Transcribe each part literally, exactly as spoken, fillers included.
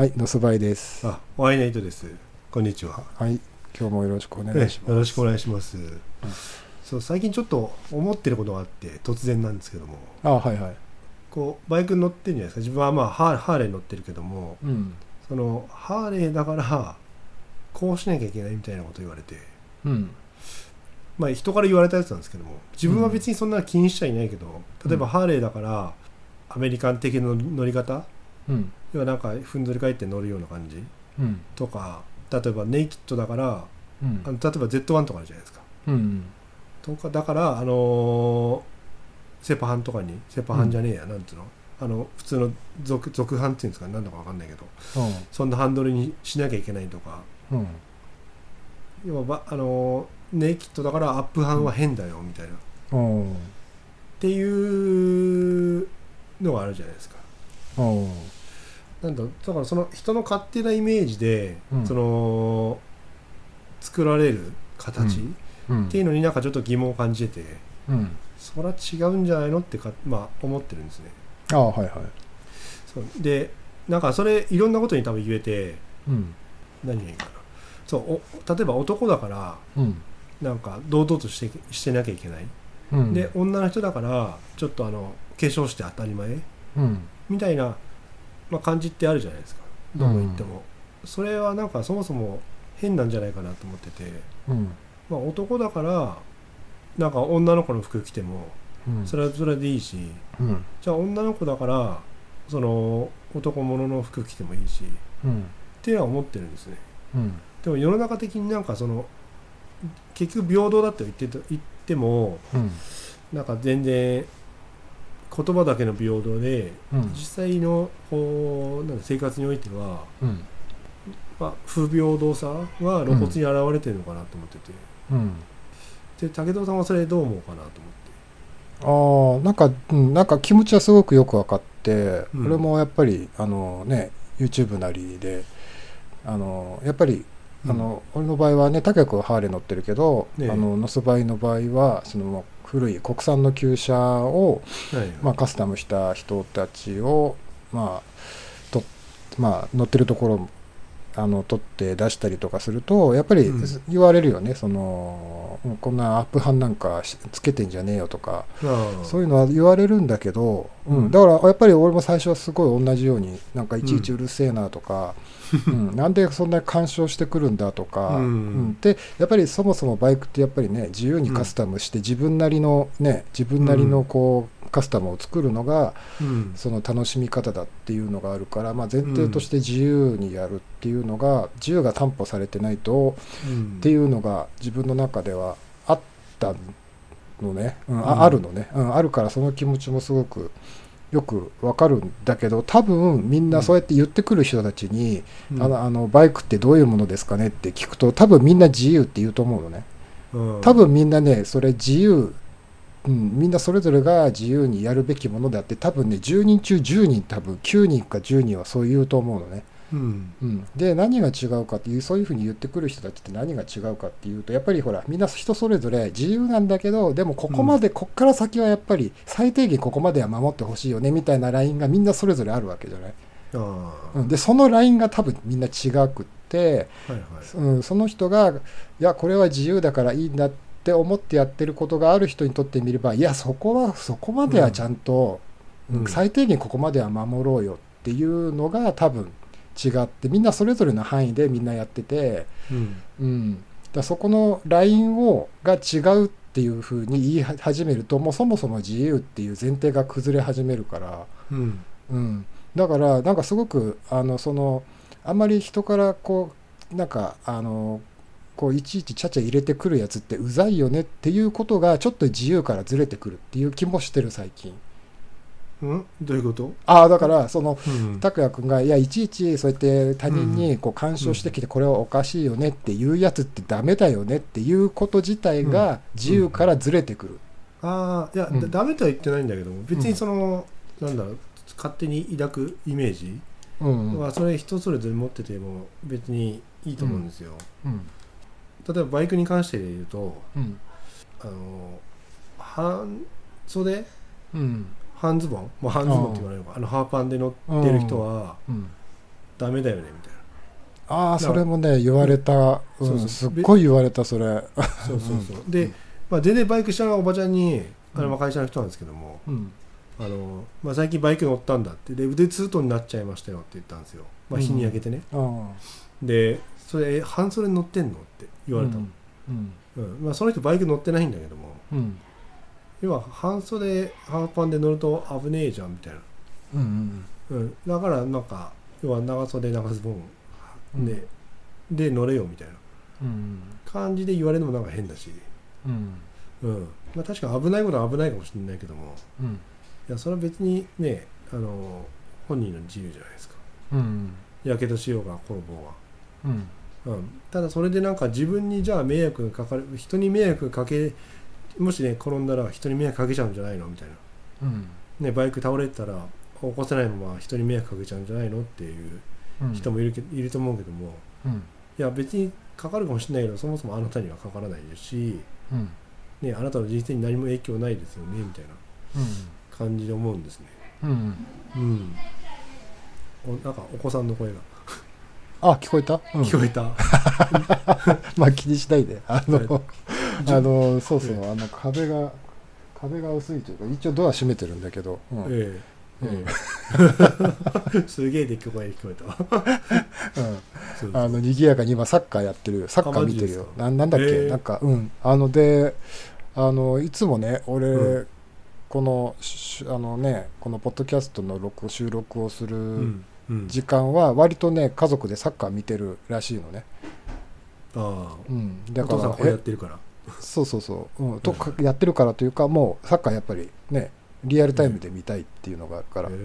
はい、のすばいです。 あ、ワイナイトです。こんにちは。 はい、今日もよろしくお願いします。 よろしくお願いします、うん、 そう最近ちょっと思ってることがあって突然なんですけども、 あ、はいはい。 こうバイクに乗ってるんじゃないですか。自分はまあハー、ハーレー乗ってるけども、 うん、 そのハーレーだからこうしなきゃいけないみたいなこと言われて、 うん、 まあ人から言われたやつなんですけども、自分は別にそんな気にしちゃいないけど、うん、例えばハーレーだからアメリカン的な乗り方、うん、要はなんかふんぞり返って乗るような感じ、うん、とか、例えばネイキッドだから、うん、あの例えば ゼットワン とかあるじゃないですか、うん、とかだからあのー、セパハンとかにセパハンじゃねえや、うん、なんていうの、あの普通の続続ハンっていうんですか、なんだか分かんないけど、うん、そんなハンドルにしなきゃいけないとか、うん、要はあのー、ネイキッドだからアップハンは変だよみたいな、うん、っていうのがあるじゃないですか。うん、なんだだからその人の勝手なイメージで、うん、その作られる形っていうのになんかちょっと疑問を感じてて、うん、それは違うんじゃないのってか、まあ、思ってるんですね。 ああ、はいはい。 そうでなんかそれいろんなことに多分言えて、うん、何がいいかな、そう例えば男だから、うん、なんか堂々として、してなきゃいけない、うん、で女の人だからちょっとあの化粧して当たり前、うん、みたいな、まあ、感じってあるじゃないですか、どこ行っても、うん、それはなんかそもそも変なんじゃないかなと思ってて、うんまあ、男だからなんか女の子の服着てもそれはそれでいいし、うん、じゃあ女の子だからその男物の服着てもいいし、うん、っていうのは思ってるんですね、うん、でも世の中的になんかその結局平等だって言って、言っても、うん、なんか全然言葉だけの平等で、うん、実際のこうなんか生活においては、うんまあ、不平等さが露骨に現れてるのかなと思ってて、うん、で武藤さんはそれどう思うかなと思って。ああ、なんか、うん、なんか気持ちはすごくよく分かって、うん、俺もやっぱりあのね YouTube なりであのやっぱりあの、うん、俺の場合はね武君はハーレー乗ってるけど、ね、あのノスバイの場合はその古い国産の旧車を、はいはいまあ、カスタムした人たちを、まあとまあ、乗ってるところあの撮って出したりとかするとやっぱり言われるよね、うん、そのこんなアップハンなんかつけてんじゃねえよとかそういうのは言われるんだけど、うんうん、だからやっぱり俺も最初はすごい同じようになんかいちいちうるせえなとか、うんうん、なんでそんな干渉してくるんだとか、うんうん、でやっぱりそもそもバイクってやっぱりね自由にカスタムして自分なりのね自分なりのこうカスタムを作るのが、うん、その楽しみ方だっていうのがあるから、まあ、前提として自由にやるっていうのが自由が担保されてないと、うん、っていうのが自分の中ではあったのね、うん、あ, あるのね、うん、あるからその気持ちもすごくよくわかるんだけど多分みんなそうやって言ってくる人たちに、うん、あのあのバイクってどういうものですかねって聞くと多分みんな自由って言うと思うのね、うん、多分みんなねそれ自由うん、みんなそれぞれが自由にやるべきものであって多分ねじゅうにん中じゅうにん多分きゅうにんかじゅうにんはそう言うと思うのね、うんうん、で何が違うかっていうそういうふうに言ってくる人たちって何が違うかっていうとやっぱりほらみんな人それぞれ自由なんだけどでもここまで、うん、こっから先はやっぱり最低限ここまでは守ってほしいよねみたいなラインがみんなそれぞれあるわけじゃない、あ、うん、でそのラインが多分みんな違くって、はいはいうん、その人がいやこれは自由だからいいんだってって思ってやってることがある人にとってみればいやそこはそこまではちゃんと、うん、最低限ここまでは守ろうよっていうのが多分違ってみんなそれぞれの範囲でみんなやってて、うんうん、だそこのラインをが違うっていうふうに言い始めるともうそもそも自由っていう前提が崩れ始めるから、うんうん、だからなんかすごくあのそのあんまり人からこうなんかあのこういちいちちゃちゃ入れてくるやつってうざいよねっていうことがちょっと自由からずれてくるっていう気もしてる最近。 んどういうこと？ ああだからその拓也君がいやいちいちそうやって他人にこう干渉してきてこれはおかしいよねっていうやつってダメだよねっていうこと自体が自由からずれてくる。 うんうん、ああいや、うん、ダメとは言ってないんだけども別にその、うん、なんだろう勝手に抱くイメージは、うんうん、それ人それぞれ持ってても別にいいと思うんですよ。うんうん例えばバイクに関してで言うと、うん、あの半袖、うん、半ズボン、まあ、半ズボンって言われるのかあのハーパンで乗ってる人は、うん、 ダメだよねみたいな。 ああそれもね言われた、うん、そうそうすっごい言われたそれそうそうそう、うん、で、まあ、全然バイクしたおばちゃんにあの会社の人なんですけども、うんあのまあ、最近バイク乗ったんだってで腕痛痛になっちゃいましたよって言ったんですよ、まあ、日に焼けてね、うん、でそれ半袖乗ってんのって言われたの、うんうんまあ、その人バイク乗ってないんだけども、うん、要は半袖半パンで乗ると危ねえじゃんみたいな、うんうんうん、だからなんか要は長袖長ズボンで、うん、で乗れよみたいな感じで言われるのもなんか変だし、うんうんまあ、確かに危ないことは危ないかもしれないけども、うん、いやそれは別にねあの本人の自由じゃないですか、うんやけどしようが転ぼうが、うんうん、ただそれでなんか自分にじゃあ迷惑がかかる人に迷惑かけもしね転んだら人に迷惑かけちゃうんじゃないのみたいな、うんね、バイク倒れてたら起こせないまま人に迷惑かけちゃうんじゃないのっていう人もいる、いると思うけども、うん、いや別にかかるかもしれないけどそもそもあなたにはかからないですし、うんね、あなたの人生に何も影響ないですよねみたいな感じで思うんですね、うんうん、おなんかお子さんの声があ聞こえた、 うん、聞こえたまあ気にしないであのあのそうそう、ええ、あの壁が壁が薄いというか一応ドア閉めてるんだけど、うんええええ、すげえで聞こえ聞こえた、うん、そうそうあの賑やかに今サッカーやってるサッカー見てるよな, なんだっけ、えー、なんかうんあのであのいつもね俺、うん、このあのねこのポッドキャストの録収録をする時間は割とね家族でサッカー見てるらしいのね。 ああ、うん、だからお父さんこれやってるからそうそうそう、うん、とやってるからというかもうサッカーやっぱりねリアルタイムで見たいっていうのがあるから、うん、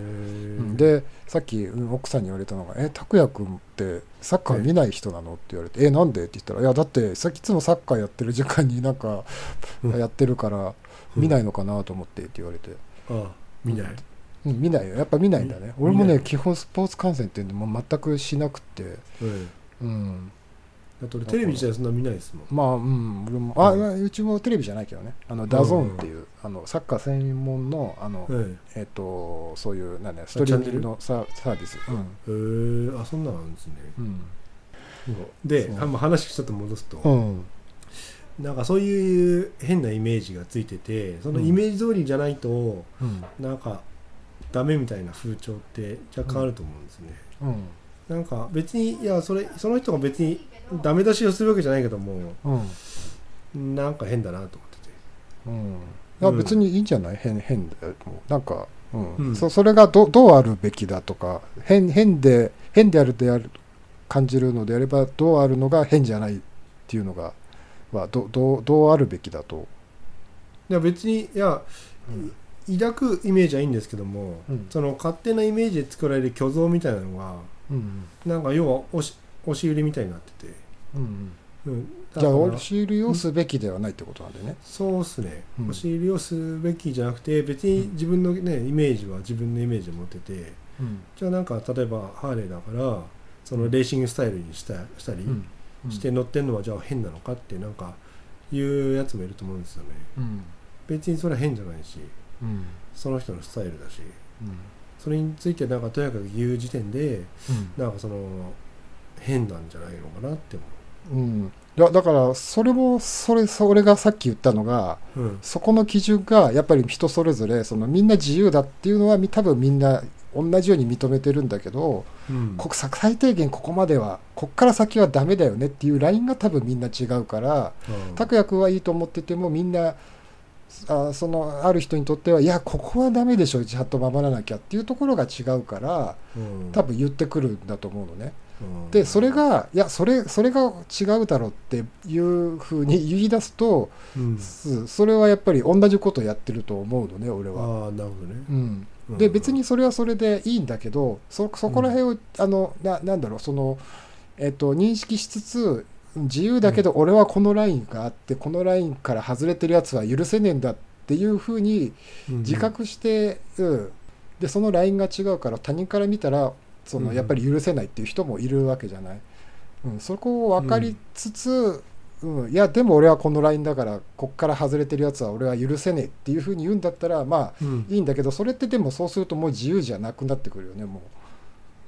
でさっき奥さんに言われたのが「え拓也君ってサッカー見ない人なの?」って言われて「えなんで?」って言ったら「いやだってさっきいつもサッカーやってる時間になんかやってるから見ないのかなと思って」って言われて 「ああ見ない」 うん、見ないよやっぱ見ないんだね。俺もね基本スポーツ観戦っていうのも全くしなくて、うんだって俺テレビ自体そんな見ないですもん。 まあうん俺もあ、うん、うちもテレビじゃないけどねあのダゾーンっていう、うん、あのサッカー専門のあの、はい、えっとそういうなんだストリーミングのササービス、 うん、へえあそんなのあるんですね、うん、であんま話ちょっと戻すと、うん、なんかそういう変なイメージがついててそのイメージ通りじゃないと、うん、なんかダメみたいな風潮って若干あると思うんですね、うんうんなんか別にいやそれその人が別にダメ出しをするわけじゃないけども、うん、なんか変だなと思ってて、 うん、いや別にいいんじゃない、変変でなんか、うんうん、そ, それが ど, どうあるべきだとか 変, 変で変であるである感じるのであればどうあるのが変じゃないっていうのがは ど, ど, どうあるべきだと。 いや別にいや、うん、抱くイメージはいいんですけども、うん、その勝手なイメージで作られる虚像みたいなのがうんうん、なんか要は押し、押し売りみたいになってて、うんうんうん、じゃあ押し売りをすべきではないってことなんでね。 そうですね、うん、押し売りをすべきじゃなくて別に自分の、ね、イメージは自分のイメージを持ってて、うん、じゃあなんか例えばハーレーだからそのレーシングスタイルにした、したりして乗ってんのはじゃあ変なのかってなんかいうやつもいると思うんですよね、うん、別にそれは変じゃないし、うん、その人のスタイルだし、うんそれについてなんかとやかく言う時点で、うん、なんかその変なんじゃないのかなって思う、うん、 いやだからそれもそれそれがさっき言ったのが、うん、そこの基準がやっぱり人それぞれそのみんな自由だっていうのは多分みんな同じように認めてるんだけど、うん、こ最低限ここまではこっから先はダメだよねっていうラインが多分みんな違うから拓也君はいいと思っててもみんなあそのある人にとってはいやここはダメでしょちゃんと守らなきゃっていうところが違うから、うん、多分言ってくるんだと思うのね、うん、でそれがいやそれそれが違うだろうっていうふうに言い出すと、うん、それはやっぱり同じことをやってると思うのね俺は。 あなるほどね、 うんで別にそれはそれでいいんだけど そ, そこら辺を、うん、あの な, なんだろうその、えっと、認識しつつ自由だけど俺はこのラインがあって、うん、このラインから外れてるやつは許せねえんだっていうふうに自覚して、うんうん、でそのラインが違うから他人から見たらそのやっぱり許せないっていう人もいるわけじゃない、うん、そこを分かりつつ、うんうん、いやでも俺はこのラインだからこっから外れてるやつは俺は許せねえっていうふうに言うんだったらまあいいんだけど、それってでもそうするともう自由じゃなくなってくるよねもう、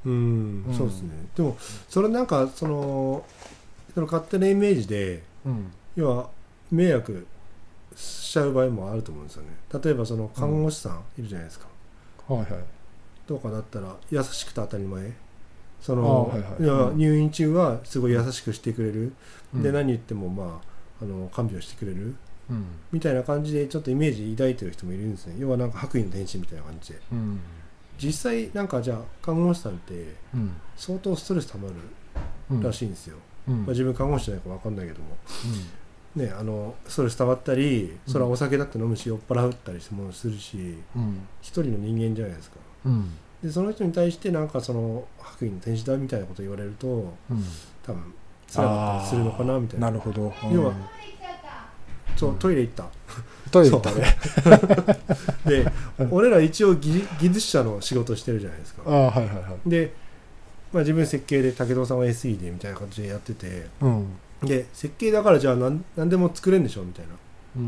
うん、うん、そうですね。でもそれなんかそのその勝手なイメージで、うん、要は迷惑しちゃう場合もあると思うんですよね。例えばその看護師さんいるじゃないですか、 うん、はいはい、 とかだったら優しくて当たり前、その、はいはい、いや入院中はすごい優しくしてくれる、うん、で何言ってもまああの看病してくれる、うん、みたいな感じでちょっとイメージ抱いてる人もいるんですね。要はなんか白衣の天使みたいな感じで、うん、実際なんかじゃあ看護師さんって相当ストレス溜まるらしいんですよ、うんまあ、自分看護師じゃないか分かんないけども、うんね、あのストレス溜まったり、それはお酒だって飲むし酔っ払ったりもするし、うん、一人の人間じゃないですか、うん、でその人に対してなんかその白衣の天使だみたいなこと言われると、うん、多分辛かったりするのかなみたいな。 なるほど、 うん、要はそうトイレ行ったトイレ行ったねで俺ら一応技術者の仕事してるじゃないですか。 あ、はいはいはい、で、 まあ、自分設計で武藤さんは エスイー でみたいな感じでやってて、うん、で設計だからじゃあ 何, 何でも作れるんでしょみたいな、うん、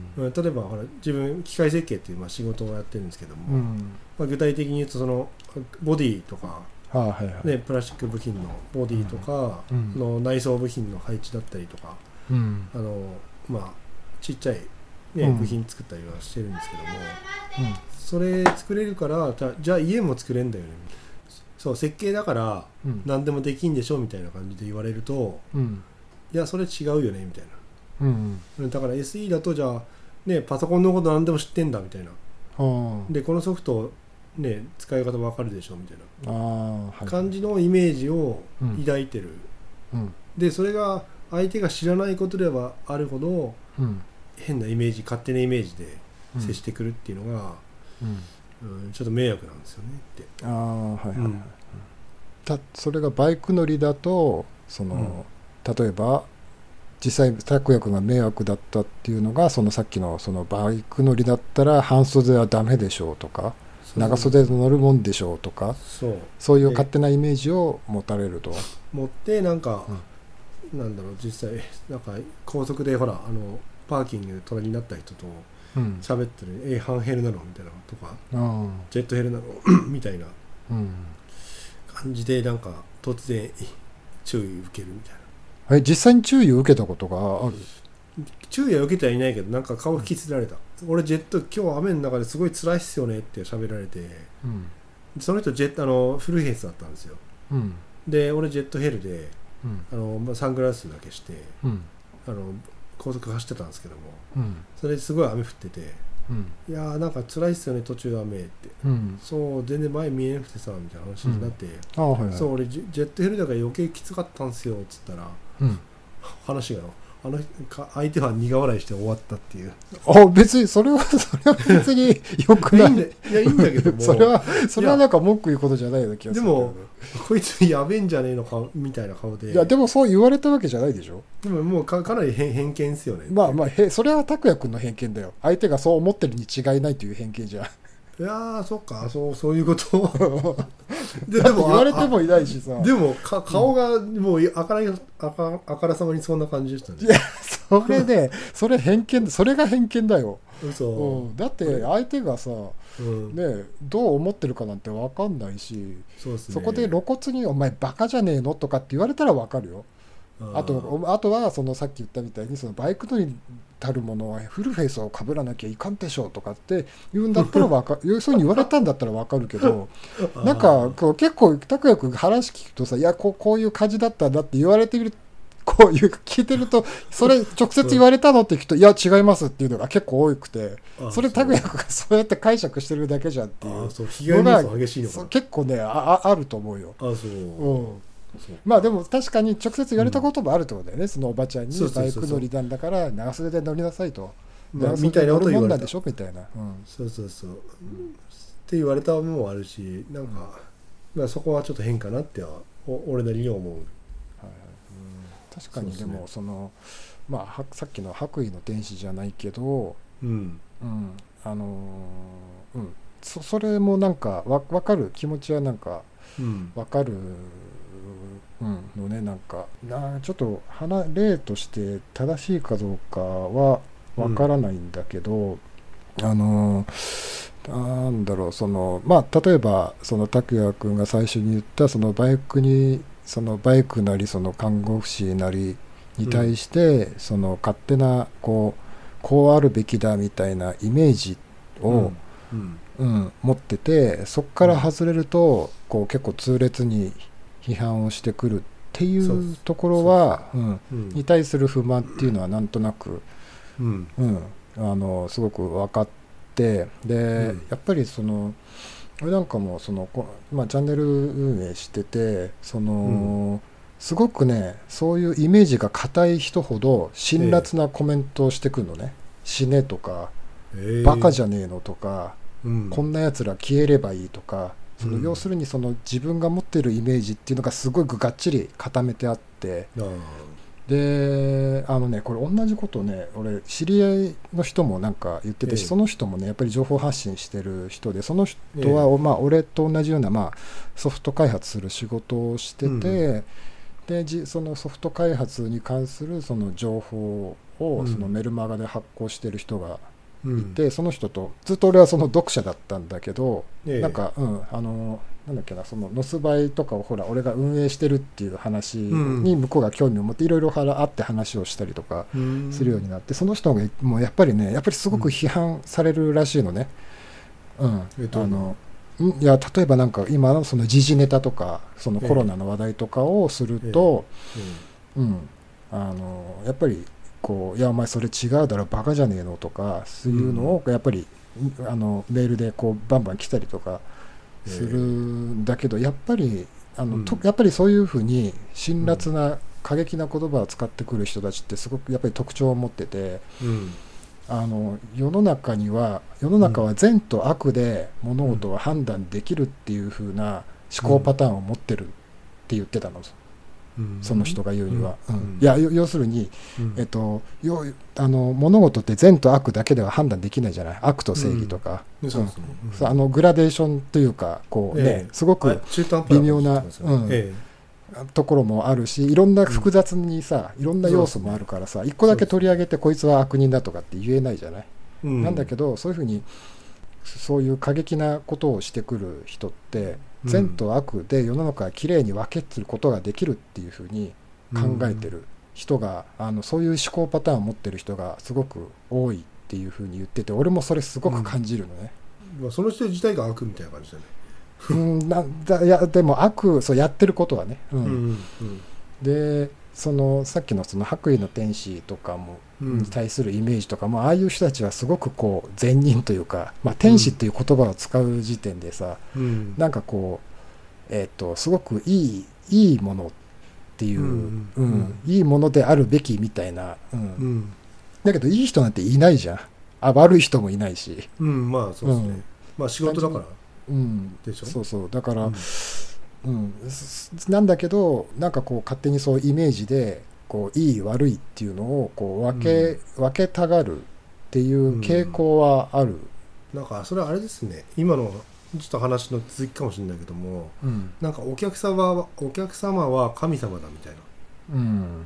例えばほら自分機械設計っていうまあ仕事をやってるんですけども、うんまあ、具体的に言うとそのボディとか、はあはいはいね、プラスチック部品のボディとかの内装部品の配置だったりとか、うん、あのまあちっちゃい、ね、部品作ったりはしてるんですけども、うん、それ作れるからじゃあ家も作れるんだよね、そう設計だから何でもできんでしょみたいな感じで言われると、うん、いやそれ違うよねみたいな、うんうん、だから エスイー だとじゃあ、ね、パソコンのこと何でも知ってんだみたいな、でこのソフト、ね、使い方分かるでしょみたいな感じのイメージを抱いてる、うんうん、でそれが相手が知らないことではあるほど、うん変なイメージ勝手なイメージで接してくるっていうのが、うんうん、ちょっと迷惑なんですよねって。 ああはいはい、はいうん、たそれがバイク乗りだとその、うん、例えば実際拓也君が迷惑だったっていうのがそのさっきのそのバイク乗りだったら半袖はダメでしょうとか長袖で乗るもんでしょうとかそうそういう勝手なイメージを持たれると持ってなんか、うん、なんだろう実際なんか高速でほらあのパーキングで隣になった人と喋ってる、うん、えハンヘルなのみたいなとかジェットヘルなのみたいな感じでなんか突然注意受けるみたいな。え実際に注意を受けたことがある？ 注意は受けてはいないけどなんか顔引きつられた、うん、俺ジェット今日雨の中ですごい辛いっすよねって喋られて、うん、その人ジェットあのフルフェイスだったんですよ、うん、で俺ジェットヘルで、うん、あのサングラスだけして、うん、あの高速走ってたんですけども、うん、それですごい雨降ってて、うん、いやーなんか辛いっすよね途中雨って、うん、そう全然前見えなくてさみたいな話になって、うんあはいはい、そう俺ジェットヘルだから余計きつかったんすよっつったら、うん、話があの相手は苦笑いして終わったっていう。 あ別にそれはそれは別によくない。 いやいいんだけどもそれはそれはなんか文句言うことじゃないような気がする。 でもこいつやべえんじゃねえのかみたいな顔で。 いやでもそう言われたわけじゃないでしょ。 でももう か, かなり偏見ですよね。 まあまあへそれは拓也君の偏見だよ。相手がそう思ってるに違いないという偏見じゃん。 いやーそっかそうそういうことででも言われてもいないしさ。 でもか顔がもうあからあかあからさまにそんな感じでしたね。 いやそれでそれ偏見それが偏見だよ。嘘、うん、だって相手がさ、うんね、どう思ってるかなんて分かんないし そ, うです、ね、そこで露骨に「お前バカじゃねえの?」とかって言われたら分かるよ。あと、あとはそのさっき言ったみたいにそのバイク乗りたるものはフルフェイスをかぶらなきゃいかんでしょうとかって言うんだったら分かるそういうふうに言われたんだったら分かるけどなんかこう結構拓也君話聞くとさいやこう、こういう感じだったんだって言われてみるこういう聞いてるとそれ直接言われたのって聞くといや違いますっていうのが結構多くてそれ拓也君がそうやって解釈してるだけじゃんっていうのが結構ね あ, あると思うよ。あそう、うんまあでも確かに直接言われたこともあるってことだよね、うん、そのおばちゃんにバイク乗りなんだから長袖で乗りなさいと、 まあ、みたいなこと言われたでしょみたいな、うん、 そうそうそう、うん、って言われたものもあるしなんか、うんまあ、そこはちょっと変かなっては俺なりに思う、はいはいうん、 確かにでもそのまあさっきの白衣の天使じゃないけどうん、うん、あのー、うんそ, それもなんかわ分かる気持ちはなんか分かる、うん、のねなんかなちょっと例として正しいかどうかは分からないんだけど、うん、あのなんだろうそのまあ例えばその拓也君が最初に言ったそのバイクにそのバイクなりその看護師なりに対して、うん、その勝手なこうこうあるべきだみたいなイメージを、うんうん、持っててそこから外れるとこう結構痛烈に批判をしてくるっていうところは、うんうん、に対する不満っていうのはなんとなく、うんうん、あのすごく分かってで、うん、やっぱりその俺なんかもその、まあ、チャンネル運営しててその、うん、すごくねそういうイメージが固い人ほど辛辣なコメントをしてくるのね、えー、死ねとか、えー、バカじゃねえのとか、うん、こんなやつら消えればいいとかその、うん、要するにその自分が持ってるイメージっていうのがすごくがっちり固めてあって、うんであのねこれ同じことね俺知り合いの人もなんか言ってて、ええ、その人もねやっぱり情報発信してる人でその人は、ええまあ、俺と同じような、まあ、ソフト開発する仕事をしてて、うん、でじそのソフト開発に関するその情報をそのメルマガで発行してる人がいて、うん、その人とずっと俺はその読者だったんだけど、ええ、なんか、うん、あのなんだっけなそのノスバイとかをほら俺が運営してるっていう話に向こうが興味を持っていろいろあって話をしたりとかするようになって、その人がもうやっぱりねやっぱりすごく批判されるらしいのね、うん、えっと、あのいや例えばなんか今のその時事ネタとかそのコロナの話題とかをすると、えええうん、あのやっぱりこういやお前それ違うだろバカじゃねえのとかそういうのをやっぱり、うん、あのメールでこうバンバン来たりとかするんだけど、やっぱりあの、うん、とやっぱりそういうふうに辛辣な過激な言葉を使ってくる人たちってすごくやっぱり特徴を持ってて、うん、あの世の中には世の中は善と悪で物事を判断できるっていうふうな思考パターンを持ってるって言ってたの、うん、その人が言うには、うんうん、いや要するに、うんえっと、よあの物事って善と悪だけでは判断できないじゃない悪と正義とか、うんうんうん、あのグラデーションというかこう、ねえー、すごく微妙な、うんえー、ところもあるしいろんな複雑にさ、うん、いろんな要素もあるからさ一個だけ取り上げてこいつは悪人だとかって言えないじゃない、うん、なんだけどそういうふうにそういう過激なことをしてくる人って善と悪で世の中をきれいに分けることができるっていうふうに考えてる人が、うん、あのそういう思考パターンを持ってる人がすごく多いっていうふうに言ってて俺もそれすごく感じるのね、 うん、その人自体が悪みたいな感じだねうんなんだいやでも悪そうやってることはね、うんうんうん、でそのさっきのその白衣の天使とかもに対するイメージとかも、うん、ああいう人たちはすごくこう善人というか、まあ、天使っていう言葉を使う時点でさ、うん、なんかこう、えー、とすごくいい、いいものっていう、うんうんうん、いいものであるべきみたいな、うんうん、だけどいい人なんていないじゃんあ悪い人もいないし、 うん、まあそうですね、うん、まあ仕事だから、うん、でしょそうそうだから、うんうん、なんだけどなんかこう勝手にそうイメージでこういい悪いっていうのをこう分け、うん、分けたがるっていう傾向はある、うん、 なんかそれはあれですね今のちょっと話の続きかもしれないけども、うん、なんかお客様はお客様は神様だみたいな、うん、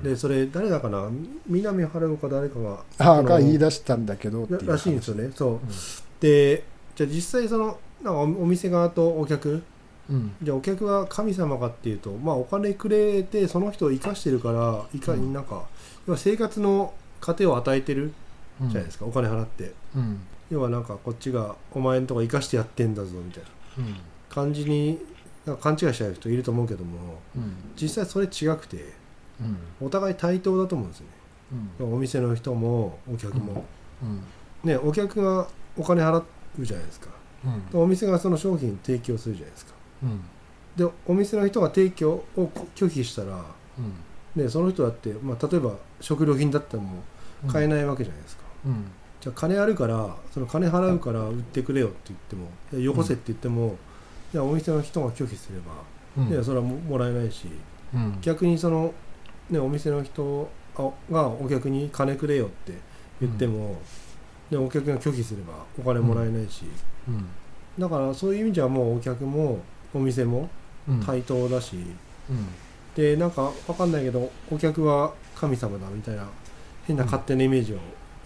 でそれ誰だかな南春夫か誰かがあが言い出したんだけどっていうらしいんですよねそう、うん、でじゃあ実際そのなんかお店側とお客うん、じゃあお客は神様かっていうと、まあ、お金くれてその人を生かしてるからいかになんか、要は生活の糧を与えてるじゃないですか、うん、お金払って、うん、要はなんかこっちがお前のとこ生かしてやってんだぞみたいな感じになんか勘違いしちゃう人いると思うけども、うん、実際それ違くて、うん、お互い対等だと思うんですよね、うん、お店の人もお客も、うんうん、ね、お客がお金払うじゃないですか、うん、お店がその商品提供するじゃないですか、うん、でお店の人が提供を拒否したら、うん、でその人だって、まあ、例えば食料品だったらもう買えないわけじゃないですか、うん、じゃあ金あるからその金払うから売ってくれよって言っても、うん、よこせって言っても、じゃあお店の人が拒否すれば、うん、でそれは も, もらえないし、うん、逆にその、ね、お店の人がお客に金くれよって言っても、うん、でお客が拒否すればお金もらえないし、うんうん、だからそういう意味じゃもうお客もお店も対等だし、うん、でなんか分かんないけどお客は神様だみたいな変な勝手なイメージを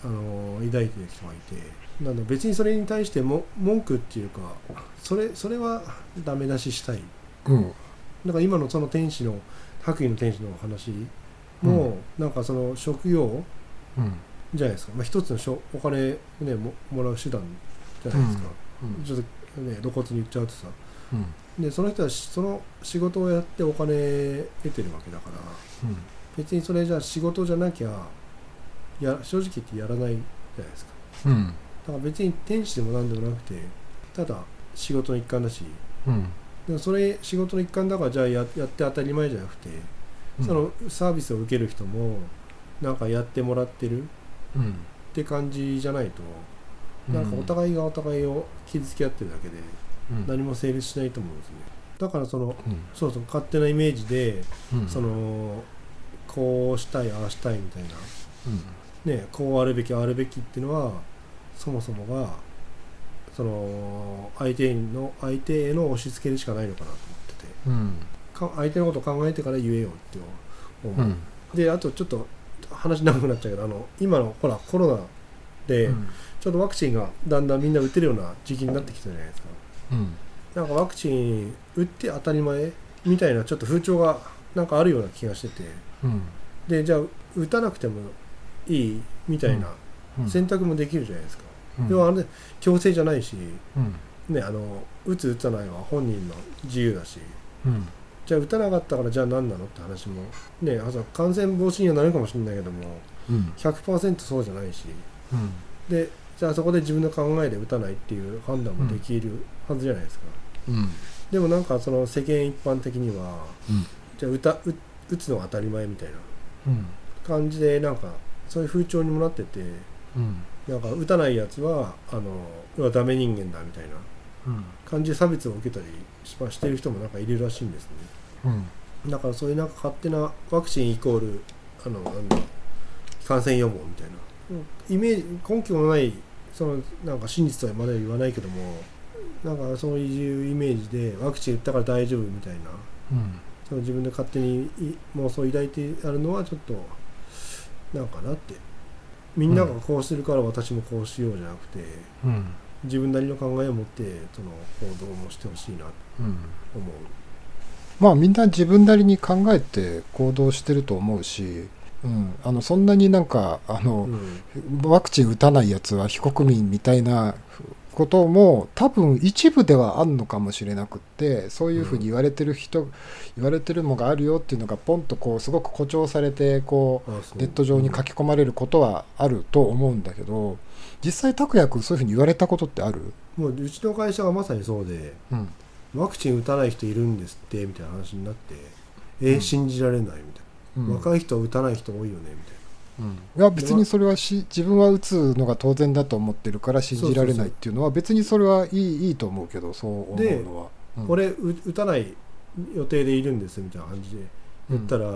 あの抱いてる人がいて、なんだ別にそれに対しても文句っていうか、それそれはダメ出ししたい、うん、だから今のその天使の白衣の天使の話も、うん、なんかその職業、うん、じゃないですか、まあ、一つのしょお金、ね、も, もらう手段じゃないですか、うんうん、ちょっとね露骨に言っちゃうとさ、うん、でその人はその仕事をやってお金得てるわけだから、うん、別にそれじゃ仕事じゃなきゃや正直言ってやらないじゃないですか、うん、だから別に天使でも何でもなくてただ仕事の一環だし、うん、でもそれ仕事の一環だからじゃあ や, やって当たり前じゃなくて、うん、そのサービスを受ける人もなんかやってもらってる、うん、って感じじゃないと、うん、なんかお互いがお互いを傷つけ合ってるだけで何も成立しないと思うんですね。だからその、うん、そうそう勝手なイメージで、うん、そのこうしたいああしたいみたいな、うんね、こうあるべきあるべきっていうのはそもそもがその相手の相手への押し付けるしかないのかなと思ってて、うん、か相手のことを考えてから言えよって思う、うん、であとちょっと話長くなっちゃうけどあの今のほらコロナで、うん、ちょっとワクチンがだんだんみんな打てるような時期になってきたじゃないですか、うん、なんかワクチン打って当たり前みたいなちょっと風潮がなんかあるような気がしてて、うん、でじゃあ打たなくてもいいみたいな選択もできるじゃないですか、うん、要はあれ強制じゃないし、うんね、あの打つ打たないは本人の自由だし、うん、じゃあ打たなかったからじゃあ何なのって話も、ね、感染防止にはなるかもしれないけども、うん、ひゃくパーセント そうじゃないし、うん、でじゃあそこで自分の考えで打たないっていう判断もできるはずじゃないですか、うん、でもなんかその世間一般的には、うん、じゃあ 打, た 打, 打つのが当たり前みたいな感じでなんかそういう風潮にもなってて、うん、なんか打たないやつはあの要はダメ人間だみたいな感じで差別を受けたりしてる人もなんかいるらしいんですね、うん、だからそういうなんか勝手なワクチンイコールあのなんだ感染予防みたいな、うん、イメージ根拠のないそのなんか真実とはまだ言わないけどもなんかそういうイメージでワクチン打ったから大丈夫みたいな、うん、その自分で勝手に妄想を抱いてあるのはちょっとなんかなってみんながこうするから私もこうしようじゃなくて、うん、自分なりの考えを持ってその行動もしてほしいなと思う、うん、 まあみんな自分なりに考えて行動してると思うし、うん、あのそんなになんかあの、うん、ワクチン打たないやつは非国民みたいなことも多分一部ではあるのかもしれなくって、そういうふうに言われてる人、うん、言われてるのがあるよっていうのがポンとこうすごく誇張されてこうネット上に書き込まれることはあると思うんだけど、実際拓也君そういうふうに言われたことってある？ もううちの会社がまさにそうで、うん、ワクチン打たない人いるんですってみたいな話になって、えー、信じられないみたいな、うん、若い人は打たない人多いよねみたいな、 うん、いや別にそれはし自分は打つのが当然だと思ってるから信じられないっていうのは別にそれはいい、いいと思うけど、そう思うのは、 うん、俺打たない予定でいるんですみたいな感じで言ったら、うんうん、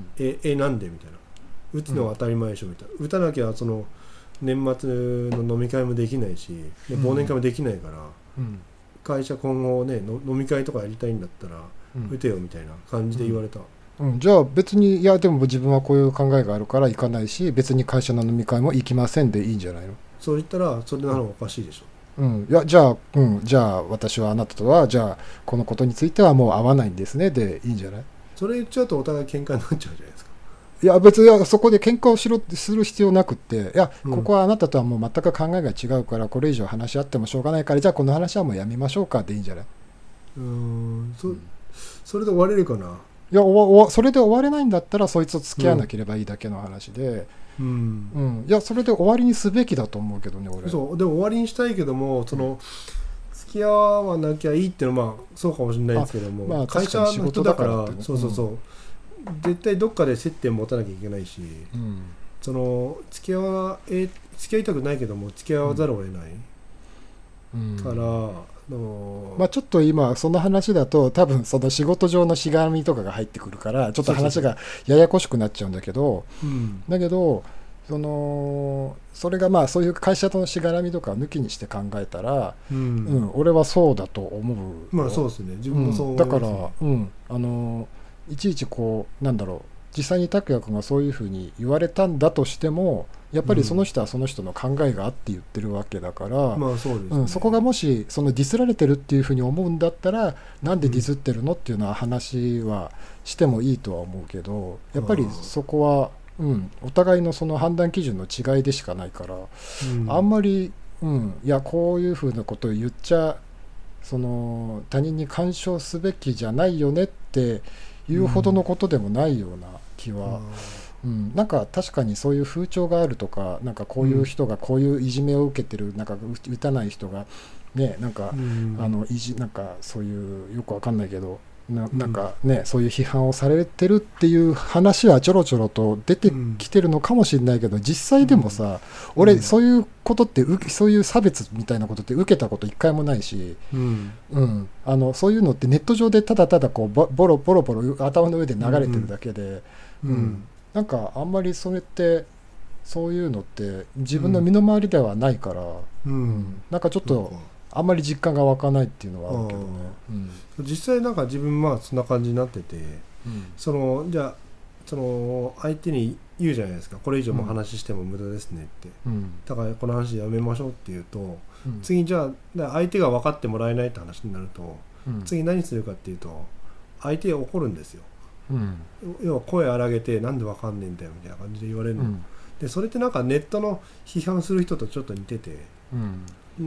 ええなんでみたいな、打つのは当たり前でしょみたいな、打たなきゃその年末の飲み会もできないし、で忘年会もできないから、うん、会社今後ねの飲み会とかやりたいんだったら、うん、打てよみたいな感じで言われた、 うんうん、じゃあ別にいやでも自分はこういう考えがあるから行かないし別に会社の飲み会も行きませんでいいんじゃないの？ そう言ったらそれなのおかしいでしょ、 うん、いやじゃあ、うん、じゃあ私はあなたとはじゃあこのことについてはもう会わないんですねでいいんじゃない？ それ言っちゃうとお互い喧嘩になっちゃうじゃないですか。 いや別にそこで喧嘩をしろする必要なくっていや、うん、ここはあなたとはもう全く考えが違うからこれ以上話し合ってもしょうがないからじゃあこの話はもうやめましょうかでいいんじゃない？ うーん そ, それで終われるかな。 いやおわそれで終われないんだったらそいつと付き合わなければいいだけの話で、うんうん、いやそれで終わりにすべきだと思うけどね俺。 そうでも終わりにしたいけどもその、うん、付き合わなきゃいいっていうのはまあそうかもしれないですけども、まあ、会社の人だから、ね、そうそうそう、うん、絶対どっかで接点持たなきゃいけないし、うん、その付き合わえ付き合いたくないけども付き合わざるを得ない、うん、から。 まあ、ちょっと今その話だと多分その仕事上のしがらみとかが入ってくるからちょっと話がややこしくなっちゃうんだけど、うん、だけどそのそれがまあそういう会社とのしがらみとか抜きにして考えたら、うんうん、俺はそうだと思う。 まあそうですね自分もそう思います、 うん、だから、うん、あのいちいちこうなんだろう実際に拓也君がそういうふうに言われたんだとしてもやっぱりその人はその人の考えがあって言ってるわけだから、 まあそうですね、 うん、そこがもしそのディスられてるっていうふうに思うんだったらなんでディスってるのっていうのは話はしてもいいとは思うけどやっぱりそこは、うん、お互いのその判断基準の違いでしかないから、うん、あんまり、うん、いやこういうふうなことを言っちゃその他人に干渉すべきじゃないよねっていうほどのことでもないような気は、うんうん、なんか確かにそういう風潮があるとかなんかこういう人がこういういじめを受けてるなんか打たない人がねなんか、うん、あのいじなんかそういうよくわかんないけど な, なんかね、うん、そういう批判をされてるっていう話はちょろちょろと出てきてるのかもしれないけど実際でもさ、うん、俺そういうことってそういう差別みたいなことって受けたこと一回もないし、うんうん、あのそういうのってネット上でただただこうボロボロボロ頭の上で流れてるだけで、うんうん、なんかあんまりそれってそういうのって自分の身の回りではないから、うんうん、なんかちょっとあんまり実感が湧かないっていうのはあるけどね、うん、 実際なんか自分はそんな感じになってて、うん、そのじゃあその相手に言うじゃないですかこれ以上も話しても無駄ですねって、うん、だからこの話やめましょうって言うと、うん、次じゃあ相手が分かってもらえないって話になると、うん、次何するかっていうと相手が怒るんですよ、うん、要は声荒げてなんで分かんねえんだよみたいな感じで言われるの、うん、でそれってなんかネットの批判する人とちょっと似てて、うん、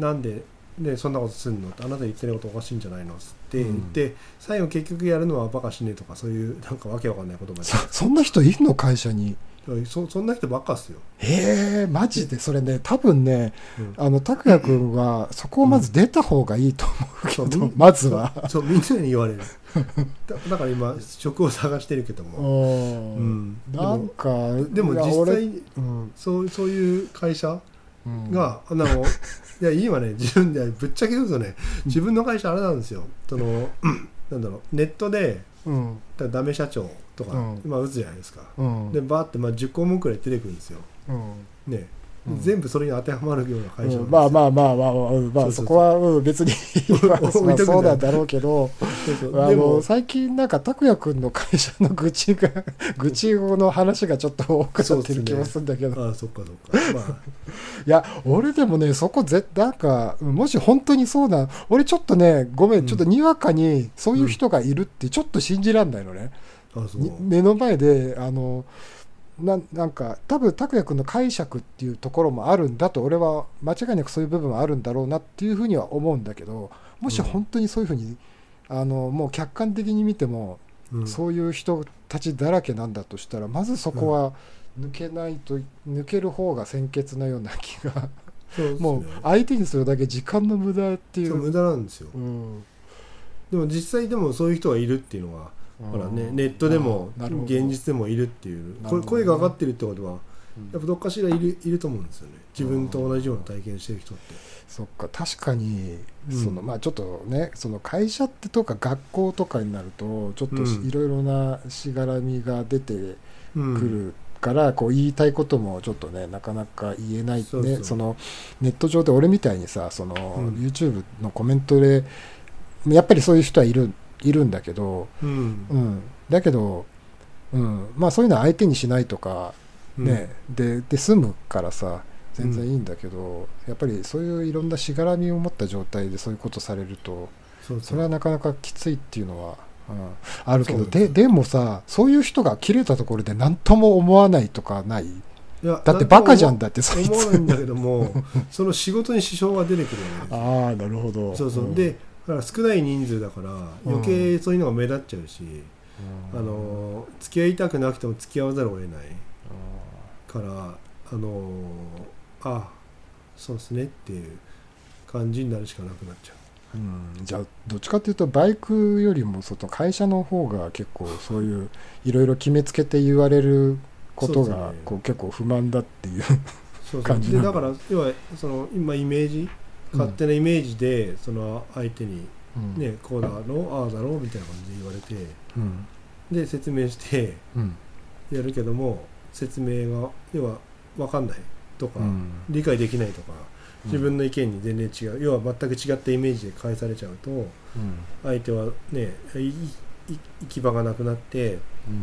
なんででそんなことすんのってあなた言ってないことおかしいんじゃないのって言って、うん、最後結局やるのはバカしねえとかそういうなんかわけわかんない言葉でそ, そんな人いるの会社にそ, そんな人ばっかっすよへえマジでそれね多分ね、うん、あの拓也君はそこをまず出た方がいいと思うけど、うん、まずはそうみんなに言われるだ, だから今職を探してるけども、うん、 なんかでも実際、うん、そう、そういう会社が、うん、あのいや今ね自分でぶっちゃけ言うとね自分の会社あれなんですよそのなんだろうネットで、うん、ダメ社長とか、うん、今打つじゃないですか、うん、でバーってまあじゅっこうもんくらい出てくるんですよ、うん、ねうん、全部それに当てはまるような会社なんですよ、 うん、まあまあまあまあまあ、まあ、そこは、うん、別にまあそうなんだろうけどそうそうあの最近なんか拓也君の会社の愚痴が愚痴の話がちょっと多くなってる気もするんだけど、 ね、ああそっかそっか、まあ、 いや俺でもねそこぜなんかもし本当にそうな俺ちょっとねごめん、うん、ちょっとにわかにそういう人がいるってちょっと信じらんないのね、うん、あそう目の前であのな, なんか多分拓也君の解釈っていうところもあるんだと俺は間違いなくそういう部分はあるんだろうなっていうふうには思うんだけどもし本当にそういうふうに、うん、あのもう客観的に見ても、うん、そういう人たちだらけなんだとしたらまずそこは抜けないと、うん、抜ける方が先決なような気がそうですね、もう相手にするだけ時間の無駄っていう、 そう無駄なんですよ、うん、でも実際でもそういう人がいるっていうのはほらね、ネットでも現実でもいるっていうこれ声が上がってるってことはやっぱどっかしらいる、いると思うんですよね自分と同じような体験してる人ってそっか確かにその、うん、まあちょっとねその会社ってとか学校とかになるとちょっといろいろなしがらみが出てくるから、うん、こう言いたいこともちょっとねなかなか言えないね。そうそうそのネット上で俺みたいにさその、うん、YouTube のコメントでやっぱりそういう人はいるいるんだけど、うんうん、だけど、うん、まあそういうのは相手にしないとか、ねうん、で, で済むからさ全然いいんだけど、うん、やっぱりそういういろんなしがらみを持った状態でそういうことされると そ, うそうそれはなかなかきついっていうのは、うん、あるけど で, でもさそういう人が切れたところで何とも思わないとかない？いやだってバカじゃんだってそいつ思うんだけどもその仕事に支障が出てくるわけですああなるほどそうそう、うん、でだから少ない人数だから余計そういうのが目立っちゃうし、うん、あの付き合いたくなくても付き合わざるを得ないからあのあそうですねっていう感じになるしかなくなっちゃう、 うん、じゃあどっちかっていうとバイクよりもその会社の方が結構そういういろいろ決めつけて言われることがこう結構不満だっていう感じでだから要はその今イメージ勝手なイメージでその相手に、ねうん、こうだろうああだろうみたいな感じで言われて、うん、で説明してやるけども説明が要は分かんないとか、うん、理解できないとか自分の意見に全然違う要は全く違ったイメージで返されちゃうと、うん、相手はね行き場がなくなって、うん、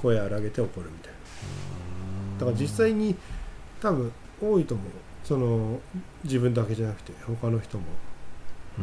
声荒げて怒るみたいな。だから実際に多分多いと思う。その自分だけじゃなくて他の人も。 うん、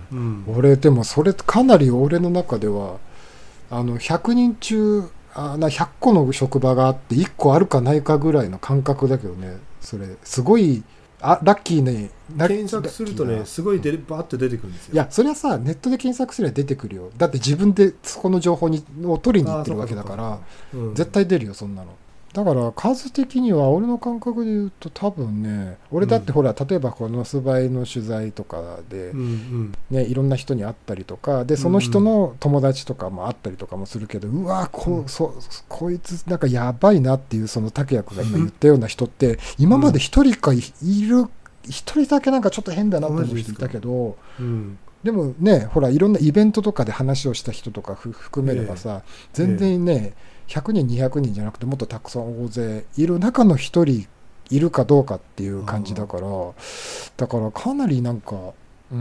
うん、俺でもそれかなり俺の中ではあのひゃくにん中あなひゃっこの職場があっていっこあるかないかぐらいの感覚だけどね。それすごいあラッキーね。 検索するとねすごいでバーって出てくるんですよ。 いやそれはさネットで検索すれば出てくるよ。だって自分でそこの情報にを取りに行ってるわけだから、うん、絶対出るよそんなの。だから数的には俺の感覚で言うと多分ね俺だってほら、うん、例えばこのスバイの取材とかで、うんうんね、いろんな人に会ったりとかでその人の友達とかも会ったりとかもするけど、うんうん、うわ こ, そこいつなんかやばいなっていうその拓也君が今言ったような人って今まで一人かいる一人だけなんかちょっと変だなと思う人いたけど、うん、でもねほらいろんなイベントとかで話をした人とか含めればさ、えー、全然ね、えーひゃくにんにひゃくにんじゃなくてもっとたくさん大勢いる中の一人いるかどうかっていう感じだからだからかなりなんか、うん、